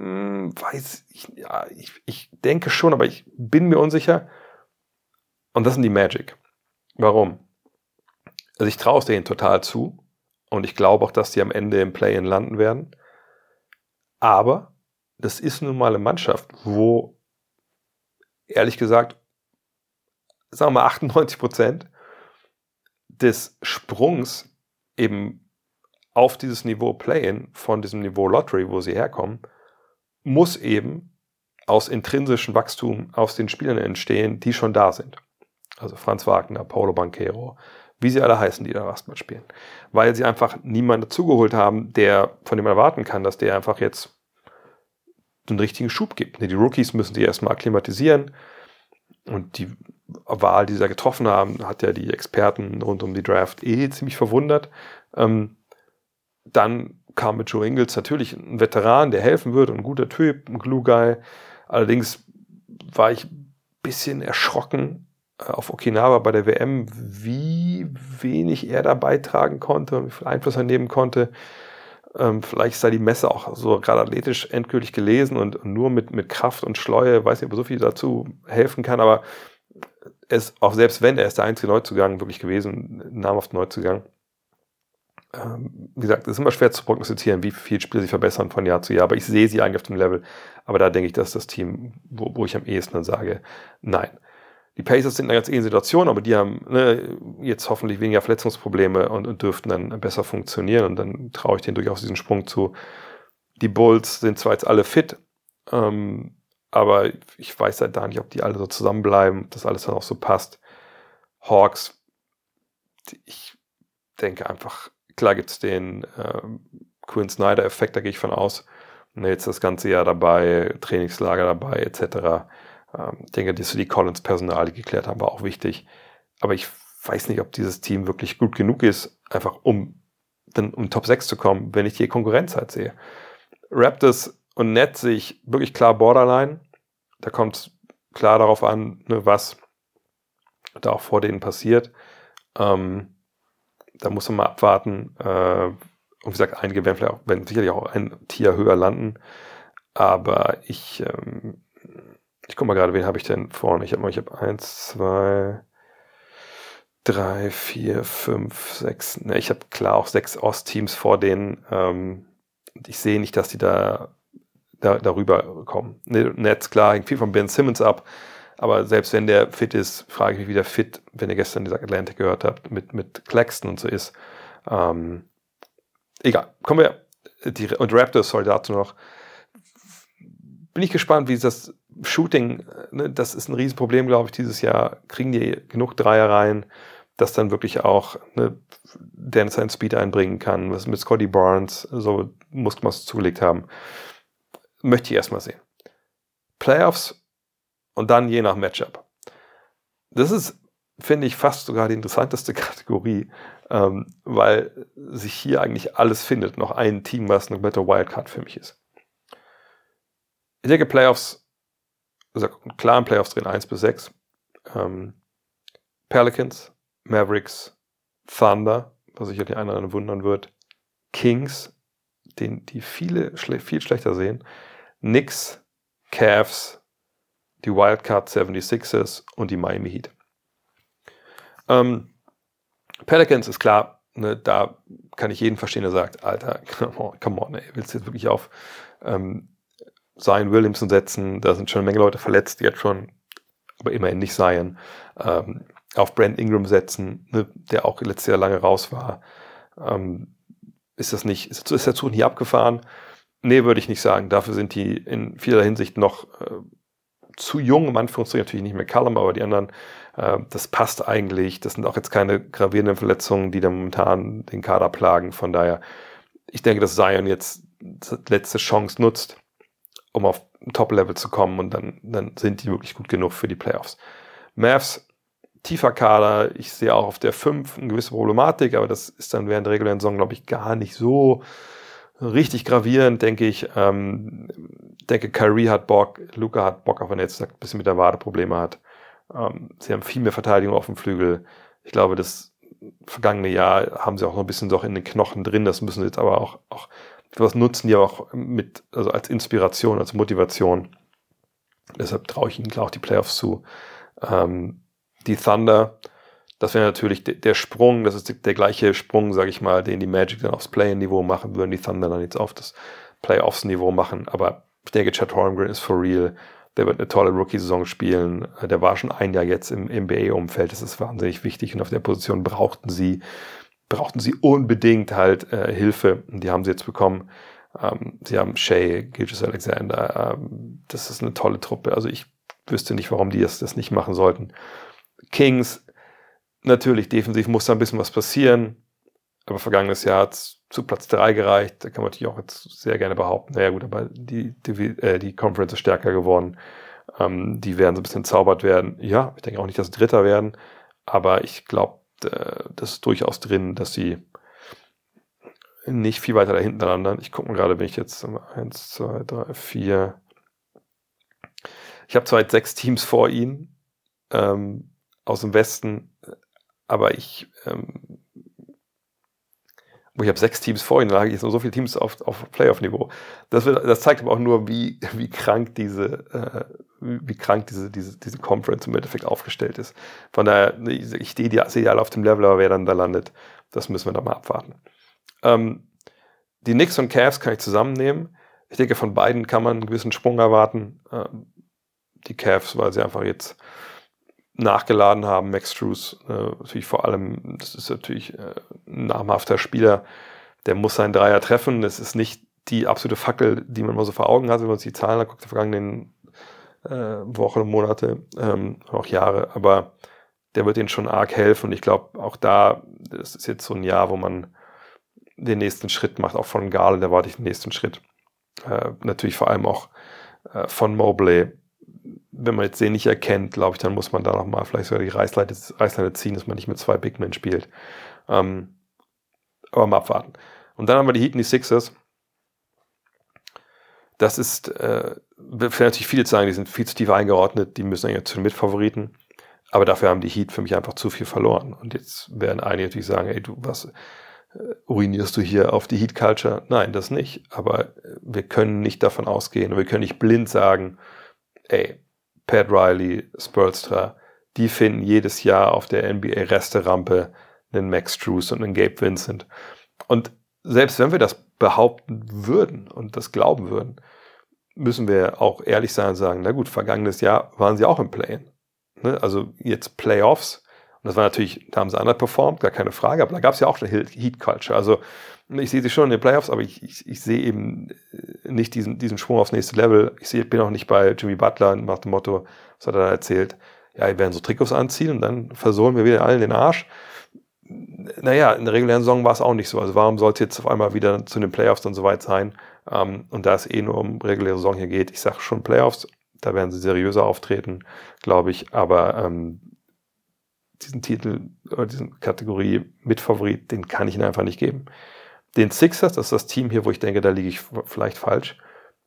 B: ich denke schon, aber ich bin mir unsicher. Und das sind die Magic. Warum? Also ich traue es denen total zu und ich glaube auch, dass die am Ende im Play-In landen werden. Aber das ist nun mal eine Mannschaft, wo, ehrlich gesagt, sagen wir mal 98% des Sprungs eben auf dieses Niveau Play-In, von diesem Niveau Lottery, wo sie herkommen, muss eben aus intrinsischem Wachstum aus den Spielern entstehen, die schon da sind. Also Franz Wagner, Paulo Banchero, wie sie alle heißen, die da Basketball spielen. Weil sie einfach niemanden dazugeholt haben, von dem man erwarten kann, dass der einfach jetzt einen richtigen Schub gibt. Die Rookies müssen sich erstmal akklimatisieren. Und die Wahl, die sie da getroffen haben, hat ja die Experten rund um die Draft ziemlich verwundert. Dann kam mit Joe Ingles natürlich ein Veteran, der helfen wird, ein guter Typ, ein Glue-Guy. Allerdings war ich ein bisschen erschrocken auf Okinawa bei der WM, wie wenig er da beitragen konnte und wie viel Einfluss er nehmen konnte. Vielleicht sei die Messe auch so gerade athletisch endgültig gelesen und nur mit Kraft und Schleue, weiß nicht, ob er so viel dazu helfen kann, aber auch selbst wenn, er ist der einzige Neuzugang wirklich gewesen, namhafte Neuzugang. Wie gesagt, es ist immer schwer zu prognostizieren, wie viele Spiele sich verbessern von Jahr zu Jahr, aber ich sehe sie eigentlich auf dem Level, aber da denke ich, das ist das Team, wo ich am ehesten dann sage, nein. Die Pacers sind in einer ganz ähnlichen Situation, aber die haben jetzt hoffentlich weniger Verletzungsprobleme und dürften dann besser funktionieren und dann traue ich denen durchaus diesen Sprung zu. Die Bulls sind zwar jetzt alle fit, aber ich weiß halt da nicht, ob die alle so zusammenbleiben, ob das alles dann auch so passt. Hawks, ich denke einfach, klar gibt es den Quinn Snyder-Effekt, da gehe ich von aus. Und jetzt das ganze Jahr dabei, Trainingslager dabei, etc. Ich denke, dass wir die Collins-Personal geklärt haben, war auch wichtig. Aber ich weiß nicht, ob dieses Team wirklich gut genug ist, einfach um Top 6 zu kommen, wenn ich die Konkurrenz halt sehe. Raptors und Nets sehe ich wirklich klar Borderline. Da kommt es klar darauf an, was da auch vor denen passiert. Da muss man mal abwarten. Und wie gesagt, einige werden sicherlich auch ein Tier höher landen. Aber ich gucke mal gerade, wen habe ich denn vorne? Ich habe 1, 2, 3, 4, 5, 6. Ne, ich habe klar auch 6 Ostteams vor denen. Ich sehe nicht, dass die darüber kommen. Nets, klar, hängt viel von Ben Simmons ab. Aber selbst wenn der fit ist, frage ich mich, wie der fit, wenn ihr gestern dieser Atlantic gehört habt, mit Claxton und so ist. Egal, kommen wir. Und Raptors soll dazu noch. Bin ich gespannt, wie das Shooting, das ist ein Riesenproblem, glaube ich, dieses Jahr. Kriegen die genug Dreier rein, dass dann wirklich auch der seinen Speed einbringen kann, was mit Scotty Barnes so Muskelmasse zugelegt haben. Möchte ich erstmal sehen. Playoffs und dann je nach Matchup. Das ist, finde ich, fast sogar die interessanteste Kategorie, weil sich hier eigentlich alles findet. Noch ein Team, was eine komplette Wildcard für mich ist. Ich denke, Playoffs, also klar in Playoffs drin 1 bis 6. Pelicans, Mavericks, Thunder, was sicherlich einer dann wundern wird. Kings, die viel schlechter sehen. Knicks, Cavs, die Wildcard 76ers und die Miami Heat. Pelicans ist klar, da kann ich jeden verstehen, der sagt, Alter, come on, ey, willst du jetzt wirklich auf Zion Williamson setzen? Da sind schon eine Menge Leute verletzt, jetzt schon, aber immerhin nicht Zion. Auf Brandon Ingram setzen, der auch letztes Jahr lange raus war. Ist der Zug nie abgefahren? Nee, würde ich nicht sagen. Dafür sind die in vieler Hinsicht noch zu jung, im Anführungszeichen natürlich nicht McCollum, aber die anderen, das passt eigentlich. Das sind auch jetzt keine gravierenden Verletzungen, die da momentan den Kader plagen. Von daher, ich denke, dass Zion jetzt die letzte Chance nutzt, um auf Top-Level zu kommen und dann sind die wirklich gut genug für die Playoffs. Mavs, tiefer Kader, ich sehe auch auf der 5 eine gewisse Problematik, aber das ist dann während der regulären Saison, glaube ich, gar nicht so richtig gravierend, denke ich. Denke, Kyrie hat Bock, Luka hat Bock auf ein Netz, ein bisschen mit der Wade Probleme hat. Sie haben viel mehr Verteidigung auf dem Flügel. Ich glaube, das vergangene Jahr haben sie auch noch ein bisschen so in den Knochen drin. Das müssen sie jetzt aber auch was nutzen, die auch also als Inspiration, als Motivation. Deshalb traue ich ihnen klar auch die Playoffs zu. Die Thunder, das wäre natürlich der Sprung, das ist der gleiche Sprung, sage ich mal, den die Magic dann aufs Play-In-Niveau machen, würden die Thunder dann jetzt auf das Playoffs-Niveau machen. Aber ich denke, Chet Holmgren ist for real. Der wird eine tolle Rookie-Saison spielen. Der war schon ein Jahr jetzt im NBA-Umfeld. Das ist wahnsinnig wichtig. Und auf der Position brauchten sie unbedingt halt Hilfe. Und die haben sie jetzt bekommen. Sie haben Shea, Gilgeous-Alexander. Das ist eine tolle Truppe. Also ich wüsste nicht, warum die das nicht machen sollten. Kings, natürlich, defensiv muss da ein bisschen was passieren. Aber vergangenes Jahr hat es zu Platz 3 gereicht. Da kann man natürlich auch jetzt sehr gerne behaupten, naja gut, aber die Conference ist stärker geworden. Die werden so ein bisschen zaubert werden. Ja, ich denke auch nicht, dass sie Dritter werden. Aber ich glaube, das ist durchaus drin, dass sie nicht viel weiter da hinten landen. Ich gucke mal gerade, wenn ich jetzt 1, 2, 3, 4. Ich habe zwar jetzt 6 Teams vor ihnen aus dem Westen, aber ich habe 6 Teams vor ihnen, da habe ich jetzt noch so viele Teams auf Playoff-Niveau. Das zeigt aber auch nur, wie krank diese Conference im Endeffekt aufgestellt ist. Von daher, ich sehe die alle auf dem Level, aber wer dann da landet, das müssen wir da mal abwarten. Die Knicks und Cavs kann ich zusammennehmen. Ich denke, von beiden kann man einen gewissen Sprung erwarten. Die Cavs, weil sie einfach jetzt nachgeladen haben, Max Strus, natürlich vor allem, das ist natürlich ein namhafter Spieler, der muss seinen Dreier treffen. Das ist nicht die absolute Fackel, die man immer so vor Augen hat, wenn man sich die Zahlen anguckt, die vergangenen Wochen und Monate, auch Jahre, aber der wird ihnen schon arg helfen und ich glaube, auch da, das ist jetzt so ein Jahr, wo man den nächsten Schritt macht, auch von Garland erwarte ich den nächsten Schritt. Natürlich vor allem auch von Mobley. Wenn man jetzt den nicht erkennt, glaube ich, dann muss man da nochmal vielleicht sogar die Reißleine ziehen, dass man nicht mit 2 Big Men spielt. Aber mal abwarten. Und dann haben wir die Heat und die Sixers. Das ist, für natürlich viele sagen, die sind viel zu tief eingeordnet, die müssen eigentlich zu den Mitfavoriten. Aber dafür haben die Heat für mich einfach zu viel verloren. Und jetzt werden einige natürlich sagen, ey, was ruinierst du hier auf die Heat-Culture? Nein, das nicht. Aber wir können nicht davon ausgehen, wir können nicht blind sagen, ey, Pat Riley, Spoelstra, die finden jedes Jahr auf der NBA-Resterampe einen Max Strus und einen Gabe Vincent. Und selbst wenn wir das behaupten würden und das glauben würden, müssen wir auch ehrlich sein und sagen, na gut, vergangenes Jahr waren sie auch im Play-In. Ne? Also jetzt Playoffs. Und das war natürlich, da haben sie underperformed, gar keine Frage, aber da gab es ja auch eine Heat-Culture. Also ich sehe sie schon in den Playoffs, aber ich sehe eben nicht diesen Schwung aufs nächste Level. Bin auch nicht bei Jimmy Butler nach dem Motto, was hat er da erzählt, ja, wir werden so Trikots anziehen und dann versohlen wir wieder allen den Arsch. Naja, in der regulären Saison war es auch nicht so. Also warum sollte jetzt auf einmal wieder zu den Playoffs dann soweit sein? Und da es nur um reguläre Saison hier geht, ich sage schon Playoffs, da werden sie seriöser auftreten, glaube ich, aber diesen Titel oder diese Kategorie Mitfavorit, den kann ich ihnen einfach nicht geben. Den Sixers, das ist das Team hier, wo ich denke, da liege ich vielleicht falsch.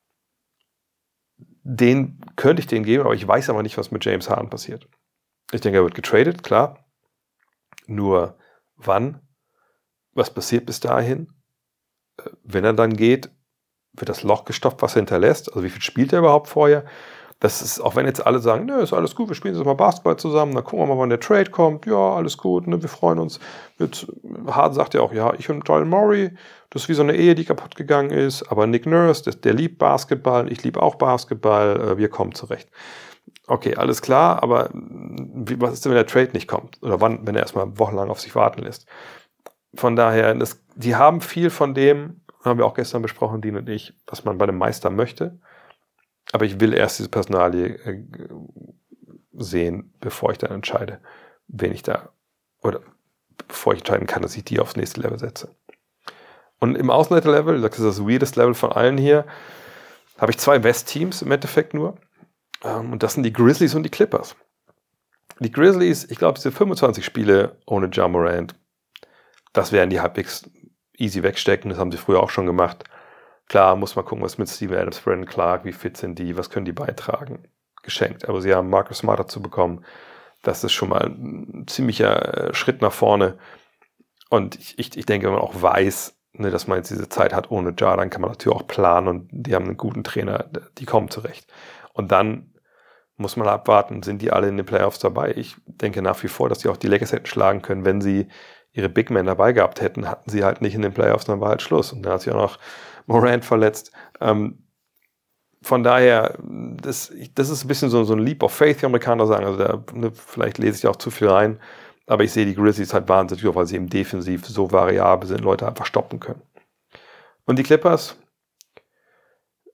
B: Den könnte ich denen geben, aber ich weiß aber nicht, was mit James Harden passiert. Ich denke, er wird getradet, klar. Nur wann? Was passiert bis dahin? Wenn er dann geht, wird das Loch gestopft, was er hinterlässt? Also wie viel spielt er überhaupt vorher? Das ist, auch wenn jetzt alle sagen, nö, ist alles gut, wir spielen jetzt mal Basketball zusammen, dann gucken wir mal, wann der Trade kommt, ja, alles gut, ne, wir freuen uns. Harden sagt ja auch, ja, ich und Daryl Morey, das ist wie so eine Ehe, die kaputt gegangen ist, aber Nick Nurse, der liebt Basketball, ich liebe auch Basketball, wir kommen zurecht. Okay, alles klar, aber was ist denn, wenn der Trade nicht kommt? Oder wann, wenn er erstmal wochenlang auf sich warten lässt? Von daher, die haben viel von dem, haben wir auch gestern besprochen, Dean und ich, was man bei einem Meister möchte. Aber ich will erst diese Personalie sehen, bevor ich dann entscheide, wen ich da, oder bevor ich entscheiden kann, dass ich die aufs nächste Level setze. Und im Außenseiter-Level, das ist das weirdest Level von allen hier, habe ich 2 West-Teams im Endeffekt nur. Und das sind die Grizzlies und die Clippers. Die Grizzlies, ich glaube, diese 25 Spiele ohne Ja Morant, das werden die halbwegs easy wegstecken. Das haben sie früher auch schon gemacht. Klar, muss man gucken, was mit Steven Adams, Brandon Clark, wie fit sind die, was können die beitragen. Geschenkt. Aber sie haben Marcus Smart dazu bekommen. Das ist schon mal ein ziemlicher Schritt nach vorne. Und ich denke, wenn man auch weiß, ne, dass man jetzt diese Zeit hat ohne Ja, dann kann man natürlich auch planen und die haben einen guten Trainer, die kommen zurecht. Und dann muss man abwarten, sind die alle in den Playoffs dabei. Ich denke nach wie vor, dass die auch die Lakers hätten schlagen können, wenn sie ihre Big Men dabei gehabt hätten, hatten sie halt nicht in den Playoffs, dann war halt Schluss. Und dann hat sich auch noch Morant verletzt. Von daher, das ist ein bisschen so ein Leap of Faith, wie Amerikaner sagen. Also vielleicht lese ich auch zu viel rein, aber ich sehe die Grizzlies halt wahnsinnig auf, weil sie eben defensiv so variabel sind, Leute einfach stoppen können. Und die Clippers,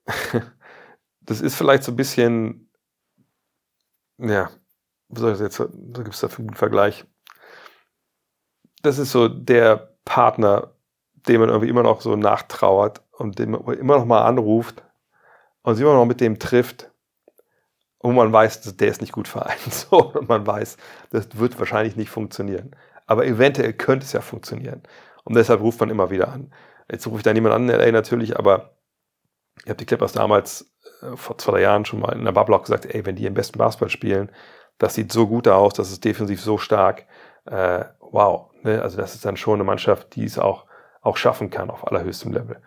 B: das ist vielleicht so ein bisschen, ja, was soll ich jetzt, da gibt es dafür einen guten Vergleich. Das ist so der Partner, dem man irgendwie immer noch so nachtrauert und den man immer noch mal anruft und sich immer noch mit dem trifft, wo man weiß, der ist nicht gut vereint. So, und man weiß, das wird wahrscheinlich nicht funktionieren. Aber eventuell könnte es ja funktionieren. Und deshalb ruft man immer wieder an. Jetzt rufe ich da niemand an in LA natürlich, aber ich habe die Clippers damals vor 2 Jahren schon mal in der Bubble auch gesagt, ey, wenn die im besten Basketball spielen, das sieht so gut aus, das ist defensiv so stark. Wow. Ne? Also das ist dann schon eine Mannschaft, die es auch schaffen kann auf allerhöchstem Level.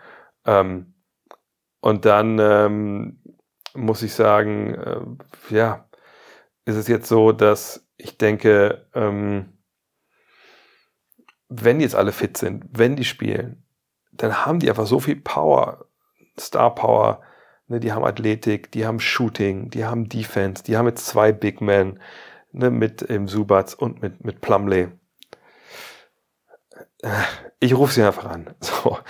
B: Und dann muss ich sagen, ist es jetzt so, dass ich denke, wenn jetzt alle fit sind, wenn die spielen, dann haben die einfach so viel Power, Star Power, ne, die haben Athletik, die haben Shooting, die haben Defense, die haben jetzt 2 Big Men, ne, mit Zubac und mit Plumlee. Ich rufe sie einfach an. So,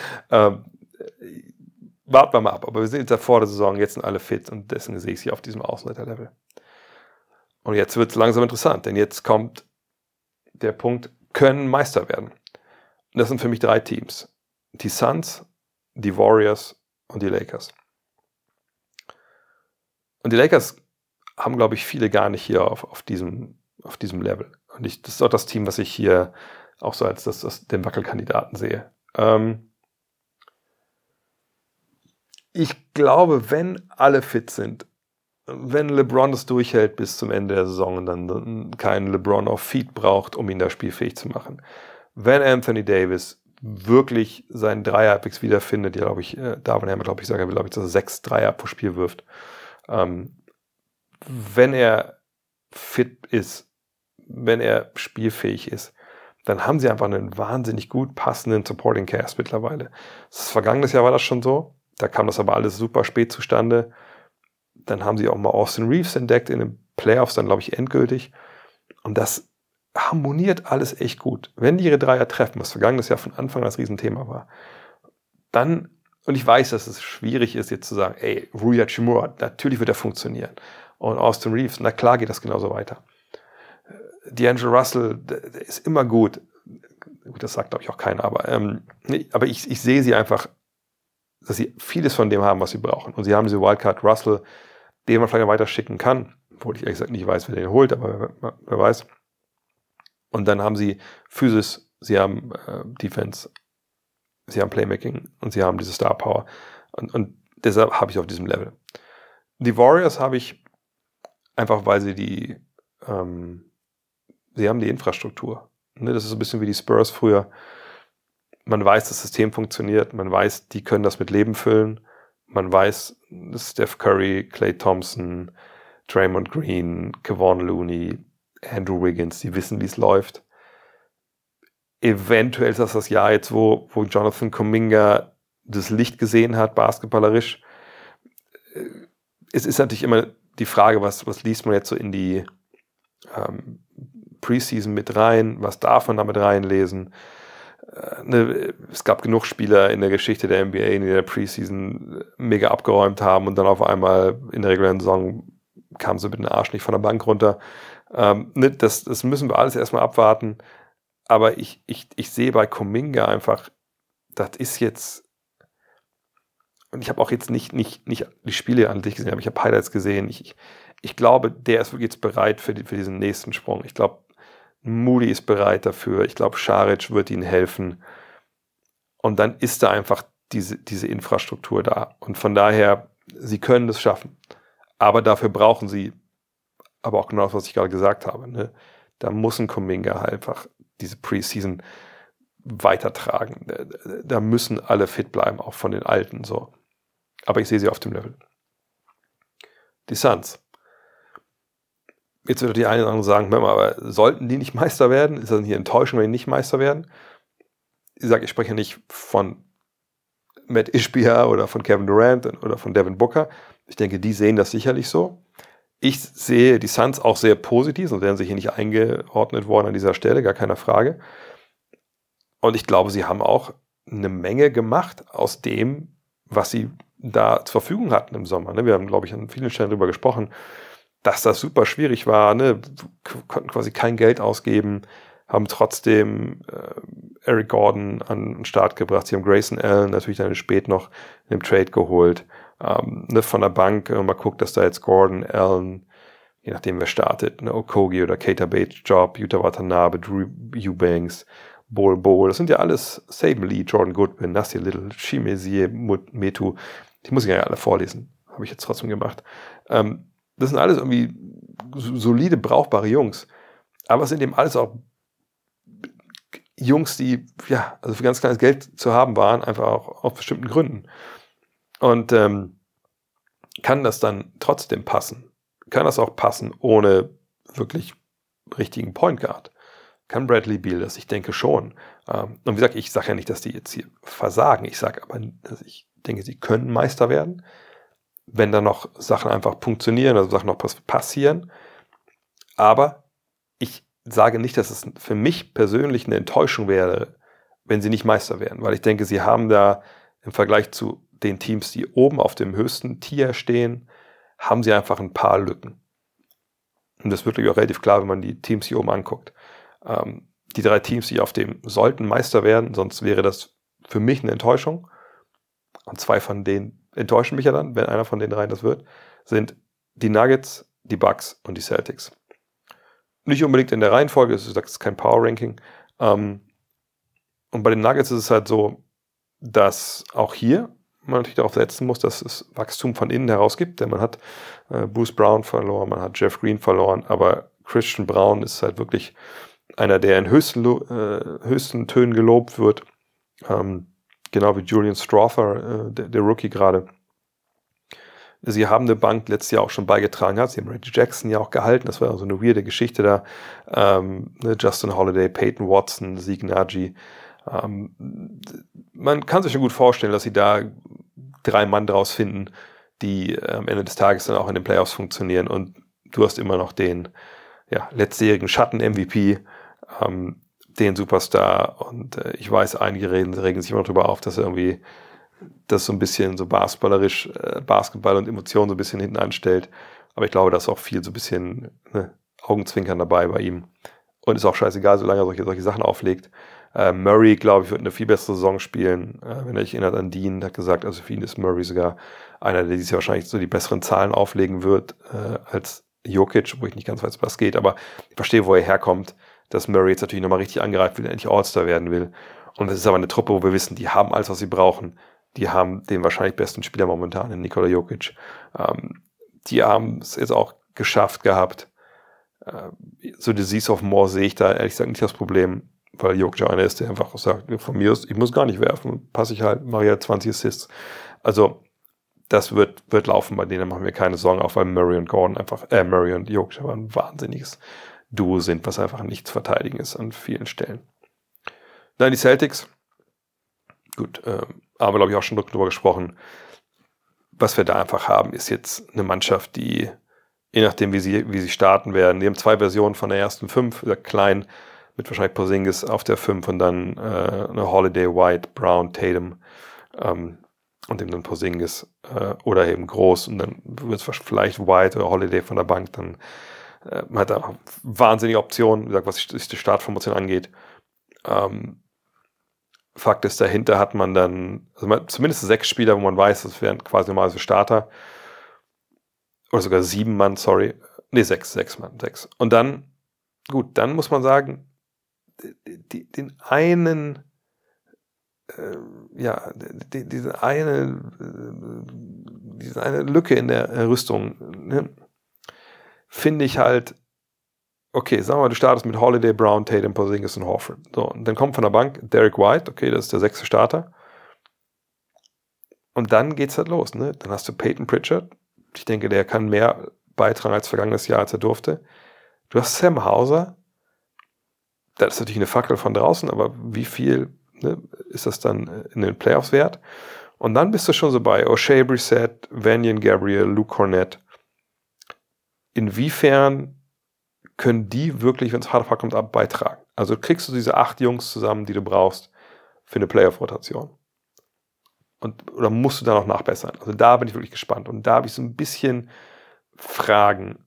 B: warten wir mal ab. Aber wir sind jetzt vor der Saison, jetzt sind alle fit und deswegen sehe ich sie auf diesem Außenseiter-Level. Und jetzt wird es langsam interessant, denn jetzt kommt der Punkt, können Meister werden. Und das sind für mich 3 Teams. Die Suns, die Warriors und die Lakers. Und die Lakers haben, glaube ich, viele gar nicht hier auf diesem Level. Und das ist auch das Team, was ich hier auch so als den Wackelkandidaten sehe. Ich glaube, wenn alle fit sind, wenn LeBron das durchhält bis zum Ende der Saison und dann keinen LeBron auf Feed braucht, um ihn da spielfähig zu machen. Wenn Anthony Davis wirklich seinen Dreier halbwegs wiederfindet, ja, glaube ich, Darvin Ham, glaube ich, dass er 6 Dreier pro Spiel wirft. Wenn er fit ist, wenn er spielfähig ist, dann haben sie einfach einen wahnsinnig gut passenden Supporting Cast mittlerweile. Vergangenes Jahr war das schon so, da kam das aber alles super spät zustande. Dann haben sie auch mal Austin Reeves entdeckt in den Playoffs, dann glaube ich endgültig. Und das harmoniert alles echt gut. Wenn die ihre Dreier treffen, was vergangenes Jahr von Anfang an das Riesenthema war, dann, und ich weiß, dass es schwierig ist, jetzt zu sagen, ey, Rui Hachimura, natürlich wird er funktionieren. Und Austin Reeves, na klar geht das genauso weiter. D'Angelo Russell, der ist immer gut. Gut, das sagt, glaube ich, auch keiner, aber ich sehe sie einfach, dass sie vieles von dem haben, was sie brauchen. Und sie haben diese Wildcard Russell, den man vielleicht weiter schicken kann, obwohl ich ehrlich gesagt nicht weiß, wer den holt, aber wer weiß. Und dann haben sie Physis, sie haben Defense, sie haben Playmaking und sie haben diese Star Power. Und deshalb habe ich auf diesem Level. Die Warriors habe ich einfach, weil sie haben die Infrastruktur. Ne, das ist so ein bisschen wie die Spurs früher. Man weiß, das System funktioniert. Man weiß, die können das mit Leben füllen. Man weiß, Steph Curry, Klay Thompson, Draymond Green, Kevon Looney, Andrew Wiggins, die wissen, wie es läuft. Eventuell ist das Jahr jetzt, wo Jonathan Kuminga das Licht gesehen hat, basketballerisch. Es ist natürlich immer die Frage, was liest man jetzt so in die Preseason mit rein? Was darf man damit reinlesen? Es gab genug Spieler in der Geschichte der NBA, die in der Preseason mega abgeräumt haben und dann auf einmal in der regulären Saison kamen sie mit dem Arsch nicht von der Bank runter. Das müssen wir alles erstmal abwarten. Aber ich sehe bei Kuminga einfach, das ist jetzt, und ich habe auch jetzt nicht die Spiele an sich gesehen, aber ich habe Highlights gesehen. Ich glaube, der ist jetzt bereit für diesen nächsten Sprung. Ich glaube, Moody ist bereit dafür. Ich glaube, Šarić wird ihnen helfen. Und dann ist da einfach diese Infrastruktur da. Und von daher, sie können das schaffen. Aber dafür brauchen sie aber auch genau das, was ich gerade gesagt habe. Ne? Da muss ein Kuminga halt einfach diese Preseason weitertragen. Da müssen alle fit bleiben, auch von den Alten. So. Aber ich sehe sie auf dem Level. Die Suns. Jetzt wird die eine oder andere sagen, aber sollten die nicht Meister werden? Ist das hier Enttäuschung, wenn die nicht Meister werden? Ich sage, ich spreche nicht von Matt Ishbia oder von Kevin Durant oder von Devin Booker. Ich denke, die sehen das sicherlich so. Ich sehe die Suns auch sehr positiv, sonst wären sie hier nicht eingeordnet worden an dieser Stelle, gar keine Frage. Und ich glaube, sie haben auch eine Menge gemacht aus dem, was sie da zur Verfügung hatten im Sommer. Ne? Wir haben, glaube ich, an vielen Stellen darüber gesprochen, dass das super schwierig war. Ne? Konnten quasi kein Geld ausgeben, haben trotzdem Eric Gordon an den Start gebracht. Sie haben Grayson Allen natürlich dann spät noch in dem Trade geholt. Ne? Von der Bank, mal guckt, dass da jetzt Gordon, Allen, je nachdem wer startet, ne? Okogie oder Keita Bates-Job, Yuta Watanabe, Drew Eubanks, Bol, das sind ja alles Saban Lee, Jordan Goodwin, Nasir Little, Chimezie, Metu. Die muss ich ja alle vorlesen. Habe ich jetzt trotzdem gemacht. Das sind alles irgendwie solide, brauchbare Jungs. Aber es sind eben alles auch Jungs, die ja, also für ganz kleines Geld zu haben waren, einfach auch aus bestimmten Gründen. Und kann das dann trotzdem passen? Kann das auch passen ohne wirklich richtigen Point Guard? Kann Bradley Beal das? Ich denke schon. Und wie gesagt, ich sage ja nicht, dass die jetzt hier versagen. Ich sage aber, dass ich denke, sie können Meister werden, wenn dann noch Sachen einfach funktionieren, also Sachen noch passieren. Aber ich sage nicht, dass es für mich persönlich eine Enttäuschung wäre, wenn sie nicht Meister werden. Weil ich denke, sie haben da im Vergleich zu den Teams, die oben auf dem höchsten Tier stehen, haben sie einfach ein paar Lücken. Und das wird natürlich auch relativ klar, wenn man die Teams hier oben anguckt. Die 3 Teams, die auf dem sollten Meister werden, sonst wäre das für mich eine Enttäuschung. Und 2 von denen enttäuschen mich ja dann, wenn einer von den 3 das wird, sind die Nuggets, die Bucks und die Celtics. Nicht unbedingt in der Reihenfolge, es ist kein Power-Ranking. Und bei den Nuggets ist es halt so, dass auch hier man natürlich darauf setzen muss, dass es Wachstum von innen heraus gibt, denn man hat Bruce Brown verloren, man hat Jeff Green verloren, aber Christian Braun ist halt wirklich einer, der in höchsten Tönen gelobt wird, genau wie Julian Strawther, der Rookie gerade. Sie haben eine Bank letztes Jahr auch schon beigetragen hat, sie haben Reggie Jackson ja auch gehalten, das war so eine weirde Geschichte da, Justin Holiday, Peyton Watson, Zeke Nagy. Man kann sich schon gut vorstellen, dass sie da 3 Mann draus finden, die am Ende des Tages dann auch in den Playoffs funktionieren, und du hast immer noch den letztjährigen Schatten-MVP, den Superstar, und ich weiß, einige regen sich immer darüber auf, dass er irgendwie das so ein bisschen so basketballerisch, Basketball und Emotionen so ein bisschen hinten anstellt, aber ich glaube, da ist auch viel so ein bisschen Augenzwinkern dabei bei ihm, und ist auch scheißegal, solange er solche Sachen auflegt. Murray, glaube ich, wird eine viel bessere Saison spielen. Wenn er sich erinnert an Dean, hat gesagt, also für ihn ist Murray sogar einer, der dieses Jahr wahrscheinlich so die besseren Zahlen auflegen wird als Jokic, wo ich nicht ganz weiß, was geht, aber ich verstehe, wo er herkommt, dass Murray jetzt natürlich nochmal richtig angreift will, endlich All-Star werden will. Und das ist aber eine Truppe, wo wir wissen, die haben alles, was sie brauchen. Die haben den wahrscheinlich besten Spieler momentan, in Nikola Jokic. Die haben es jetzt auch geschafft gehabt. So Disease of More sehe ich da ehrlich gesagt nicht das Problem, weil Jokic einer ist, der einfach sagt, von mir aus, ich muss gar nicht werfen, passe ich halt, mache ja 20 Assists. Also das wird laufen, bei denen machen wir keine Sorgen, auch weil Murray und Jokic aber ein wahnsinniges Duo sind, was einfach nicht zu verteidigen ist an vielen Stellen. Dann die Celtics. Gut, haben wir, glaube ich, auch schon drüber gesprochen. Was wir da einfach haben, ist jetzt eine Mannschaft, die, je nachdem, wie sie starten werden, die haben 2 Versionen von der ersten 5, klein, mit wahrscheinlich Porzingis auf der 5 und dann eine Holiday, White, Brown, Tatum und eben dann Porzingis oder eben groß, und dann wird es vielleicht White oder Holiday von der Bank. Dann man hat da wahnsinnige Optionen, wie gesagt, was die Startformation angeht. Fakt ist, dahinter hat man dann zumindest 6 Spieler, wo man weiß, das wären quasi normalerweise Starter. Oder sogar 7 Mann, sorry. Nee, 6 Mann. Und dann, gut, dann muss man sagen, diese eine Lücke in der Rüstung, ne, finde ich halt, okay, sagen wir mal, du startest mit Holiday, Brown, Tatum, Porzingis und Horford. So, und dann kommt von der Bank Derek White, okay, das ist der 6. Starter. Und dann geht's halt los, ne? Dann hast du Peyton Pritchard. Ich denke, der kann mehr beitragen als vergangenes Jahr, als er durfte. Du hast Sam Hauser. Das ist natürlich eine Fackel von draußen, aber wie viel, ne, ist das dann in den Playoffs wert? Und dann bist du schon so bei O'Shea Brissett, Vanyan Gabriel, Luke Cornett. Inwiefern können die wirklich, wenn es hart auf hart kommt, beitragen? Also kriegst du diese 8 Jungs zusammen, die du brauchst für eine Playoff-Rotation? oder musst du da noch nachbessern? Also da bin ich wirklich gespannt. Und da habe ich so ein bisschen Fragen.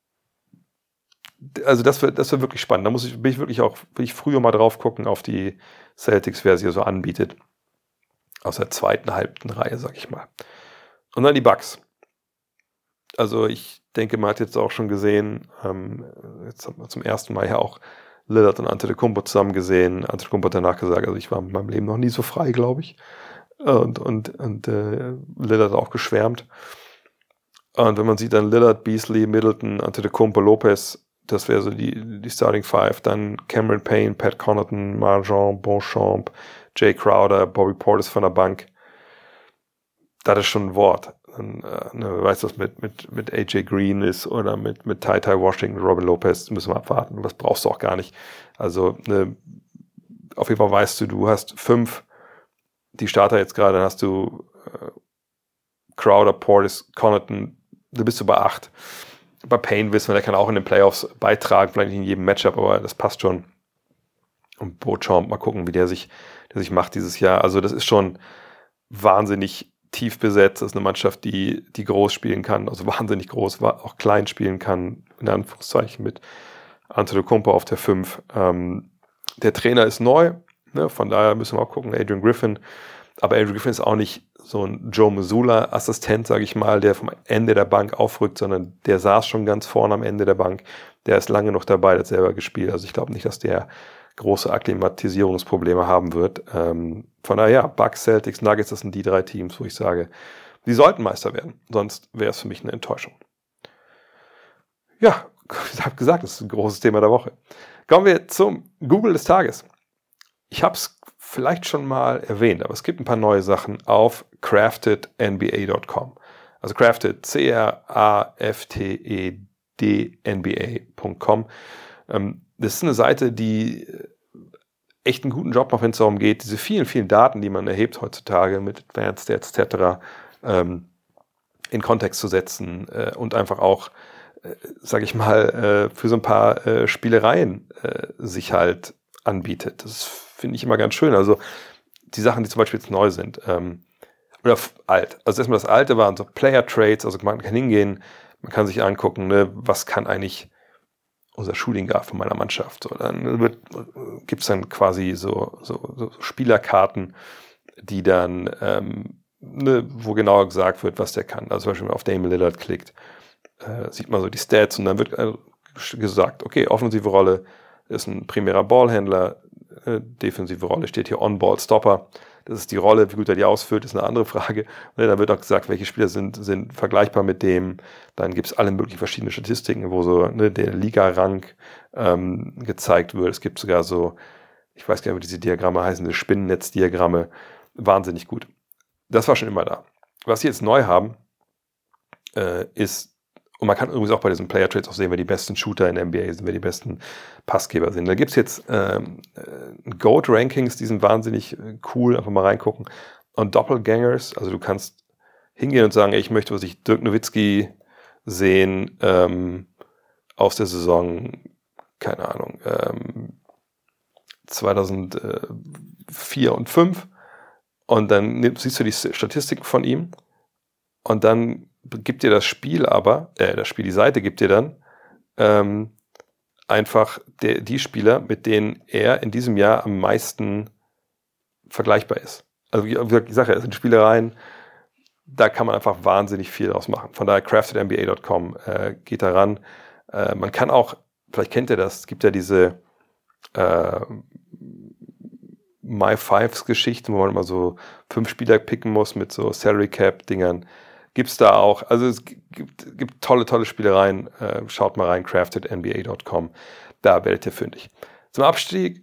B: Also das wird wirklich spannend. Da will ich früher mal drauf gucken auf die Celtics, wer sie so anbietet. Aus der zweiten, halben Reihe, sag ich mal. Und dann die Bucks. Also ich denke, man hat jetzt auch schon gesehen, jetzt hat man zum ersten Mal ja auch Lillard und Antetokounmpo zusammen gesehen. Antetokounmpo hat danach gesagt, also ich war in meinem Leben noch nie so frei, glaube ich. Und Lillard hat auch geschwärmt. Und wenn man sieht dann Lillard, Beasley, Middleton, Antetokounmpo, Lopez, das wäre so die Starting Five. Dann Cameron Payne, Pat Connaughton, Marjon, Beauchamp, Jay Crowder, Bobby Portis von der Bank. Das ist schon ein Wort. Dann, weißt du, was mit AJ Green ist oder mit Ty Washington, Robin Lopez, müssen wir abwarten. Das brauchst du auch gar nicht. Also auf jeden Fall weißt du hast 5, die Starter jetzt gerade, dann hast du Crowder, Portis, Connaughton, da bist du bei 8. Bei Payne wissen wir, der kann auch in den Playoffs beitragen, vielleicht nicht in jedem Matchup, aber das passt schon. Und Beauchamp, mal gucken, wie der sich macht dieses Jahr. Also das ist schon wahnsinnig tief besetzt. Das ist eine Mannschaft, die groß spielen kann, also wahnsinnig groß, auch klein spielen kann, in Anführungszeichen mit Antetokounmpo auf der 5. Der Trainer ist neu, ne? Von daher müssen wir auch gucken, Adrian Griffin. Aber Adrian Griffin ist auch nicht so ein Joe Mazzulla-Assistent, sage ich mal, der vom Ende der Bank aufrückt, sondern der saß schon ganz vorne am Ende der Bank. Der ist lange noch dabei, der hat selber gespielt. Also ich glaube nicht, dass der große Akklimatisierungsprobleme haben wird. Von daher, ja, Bucks, Celtics, Nuggets, das sind die 3 Teams, wo ich sage, die sollten Meister werden. Sonst wäre es für mich eine Enttäuschung. Ja, ich habe gesagt, das ist ein großes Thema der Woche. Kommen wir zum Google des Tages. Ich habe es vielleicht schon mal erwähnt, aber es gibt ein paar neue Sachen auf craftednba.com. Also crafted, CRAFTED-NBA.com. Das ist eine Seite, die echt einen guten Job macht, wenn es darum geht, diese vielen, vielen Daten, die man erhebt heutzutage mit Advanced Stats etc., in Kontext zu setzen und einfach auch, sage ich mal, für so ein paar Spielereien sich halt anbietet. Das finde ich immer ganz schön. Also die Sachen, die zum Beispiel jetzt neu sind oder alt. Also erstmal das Alte waren so Player-Trades, also man kann hingehen, man kann sich angucken, ne, was kann eigentlich unser Shooting Guard von meiner Mannschaft. So, dann gibt es dann quasi so Spielerkarten, die dann, wo genauer gesagt wird, was der kann. Also zum Beispiel, wenn man auf Damian Lillard klickt, sieht man so die Stats und dann wird gesagt, okay, offensive Rolle ist ein primärer Ballhändler, defensive Rolle steht hier On-Ball-Stopper. Das ist die Rolle, wie gut er die ausfüllt, ist eine andere Frage. Und dann wird auch gesagt, welche Spieler sind vergleichbar mit dem. Dann gibt es alle möglichen verschiedene Statistiken, wo so der Liga-Rang gezeigt wird. Es gibt sogar so, ich weiß gar nicht, wie diese Diagramme heißen, diese Spinnennetz-Diagramme. Wahnsinnig gut. Das war schon immer da. Was sie jetzt neu haben, ist, und man kann übrigens auch bei diesen Player Trades auch sehen, wer die besten Shooter in der NBA sind, wer die besten Passgeber sind. Da gibt es jetzt GOAT-Rankings, die sind wahnsinnig cool, einfach mal reingucken. Und Doppelgangers, also du kannst hingehen und sagen, ich möchte, was ich Dirk Nowitzki sehen aus der Saison, keine Ahnung, 2004 und 2005. Und dann siehst du die Statistiken von ihm und dann gibt dir das Spiel aber, die Seite gibt dir dann einfach die Spieler, mit denen er in diesem Jahr am meisten vergleichbar ist. Also wie gesagt, ich sage ja, es sind Spielereien, da kann man einfach wahnsinnig viel draus machen. Von daher craftednba.com, geht da ran. Man kann auch, vielleicht kennt ihr das, es gibt ja diese My Fives Geschichten, wo man immer so 5 Spieler picken muss mit so Salary Cap Dingern. Gibt's da auch. Also es gibt tolle Spielereien. Schaut mal rein, craftednba.com. Da werdet ihr fündig. Zum Abschied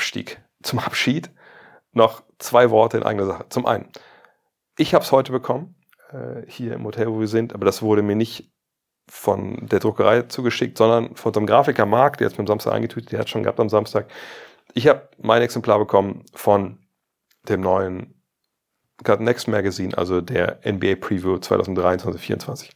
B: noch 2 Worte in eigener Sache. Zum einen, ich habe es heute bekommen, hier im Hotel, wo wir sind, aber das wurde mir nicht von der Druckerei zugeschickt, sondern von unserem Grafiker Marc, der jetzt mit dem Samstag eingetütet, der hat schon gehabt am Samstag. Ich habe mein Exemplar bekommen von dem neuen God Next Magazine, also der NBA Preview 2023-24.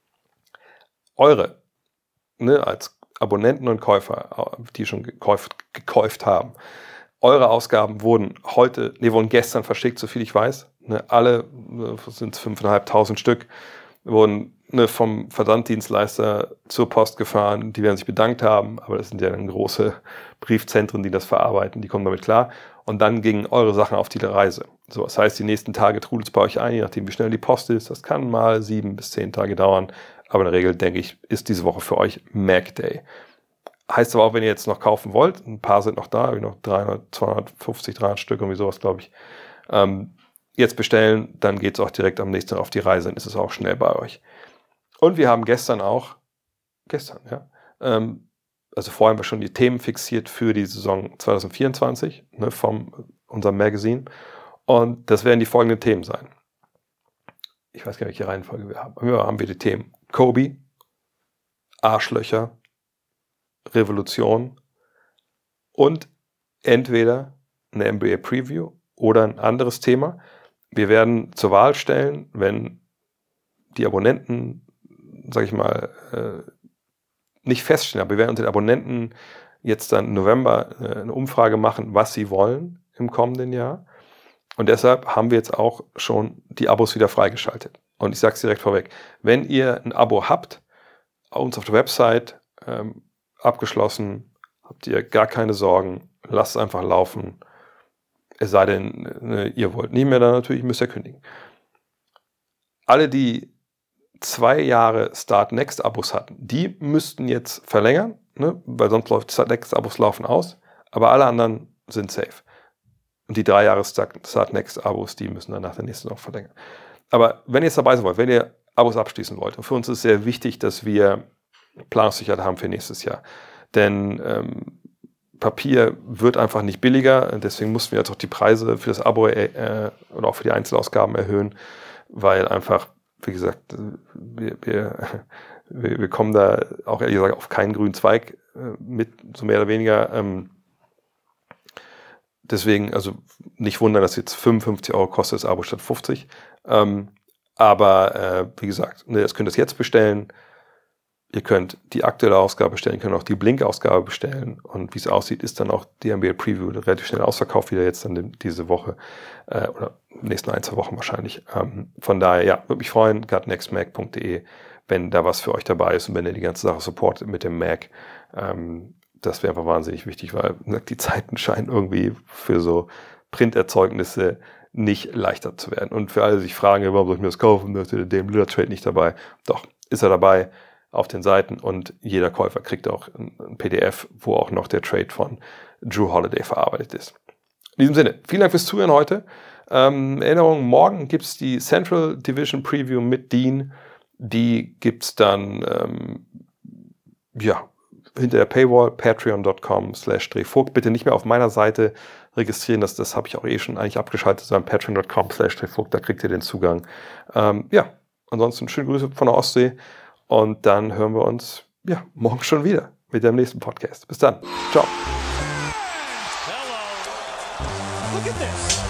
B: Eure, als Abonnenten und Käufer, die schon gekauft haben, eure Ausgaben wurden gestern verschickt, soviel ich weiß. Ne, alle, sind es 5.500 Stück, wurden vom Versanddienstleister zur Post gefahren. Die werden sich bedankt haben, aber das sind ja dann große Briefzentren, die das verarbeiten. Die kommen damit klar. Und dann gingen eure Sachen auf die Reise. So, das heißt, die nächsten Tage trudelt es bei euch ein, je nachdem, wie schnell die Post ist. Das kann mal 7 bis 10 Tage dauern. Aber in der Regel, denke ich, ist diese Woche für euch Mac Day. Heißt aber auch, wenn ihr jetzt noch kaufen wollt, ein paar sind noch da, noch 300 Stück, irgendwie sowas, glaube ich. Jetzt bestellen, dann geht es auch direkt am nächsten Tag auf die Reise, dann ist es auch schnell bei euch. Und wir haben gestern, also vorher haben wir schon die Themen fixiert für die Saison 2024, von unserem Magazin. Und das werden die folgenden Themen sein. Ich weiß gar nicht, welche Reihenfolge wir haben. Hier haben wir die Themen Kobe, Arschlöcher, Revolution und entweder eine NBA Preview oder ein anderes Thema. Wir werden zur Wahl stellen, wenn die Abonnenten, sage ich mal, nicht feststellen, aber wir werden unter den Abonnenten jetzt dann im November eine Umfrage machen, was sie wollen im kommenden Jahr. Und deshalb haben wir jetzt auch schon die Abos wieder freigeschaltet. Und ich sage es direkt vorweg, wenn ihr ein Abo habt, uns auf der Website abgeschlossen, habt ihr gar keine Sorgen, lasst es einfach laufen. Es sei denn, ihr wollt nicht mehr, dann natürlich müsst ihr kündigen. Alle, die 2 Jahre Start Next Abos hatten, die müssten jetzt verlängern, weil sonst läuft Start Next Abos laufen aus, aber alle anderen sind safe. Und die 3 Jahre Start Next Abos, die müssen dann nach der nächsten noch verlängern. Aber wenn ihr jetzt dabei sein wollt, wenn ihr Abos abschließen wollt, und für uns ist sehr wichtig, dass wir Planungssicherheit haben für nächstes Jahr, denn Papier wird einfach nicht billiger, deswegen mussten wir jetzt auch die Preise für das Abo oder auch für die Einzelausgaben erhöhen, weil einfach, wie gesagt, wir kommen da auch ehrlich gesagt auf keinen grünen Zweig mit, so mehr oder weniger. Deswegen, also nicht wundern, dass jetzt 55 € kostet das Abo statt 50. Aber wie gesagt, ihr könnt das jetzt bestellen. Ihr könnt die aktuelle Ausgabe bestellen, ihr könnt auch die Blink-Ausgabe bestellen. Und wie es aussieht, ist dann auch die NBA Preview relativ schnell ausverkauft, wieder jetzt dann diese Woche oder nächsten 1-2 Wochen wahrscheinlich. Von daher, ja, würde mich freuen, gutnextmac.de, wenn da was für euch dabei ist und wenn ihr die ganze Sache supportet mit dem Mac. Das wäre einfach wahnsinnig wichtig, weil die Zeiten scheinen irgendwie für so Printerzeugnisse nicht leichter zu werden. Und für alle, die sich fragen, warum soll ich mir das kaufen, da ist der Dame Lillard Trade nicht dabei. Doch, ist er dabei auf den Seiten und jeder Käufer kriegt auch ein PDF, wo auch noch der Trade von Drew Holiday verarbeitet ist. In diesem Sinne, vielen Dank fürs Zuhören heute. Erinnerung, morgen gibt es die Central Division Preview mit Dean. Die gibt es dann hinter der Paywall, patreon.com/drehvogt. Bitte nicht mehr auf meiner Seite registrieren, das habe ich auch schon eigentlich abgeschaltet, sondern patreon.com/drehvogt, da kriegt ihr den Zugang. Ansonsten schöne Grüße von der Ostsee und dann hören wir uns morgen schon wieder mit dem nächsten Podcast. Bis dann. Ciao.
A: Hello. Look at this.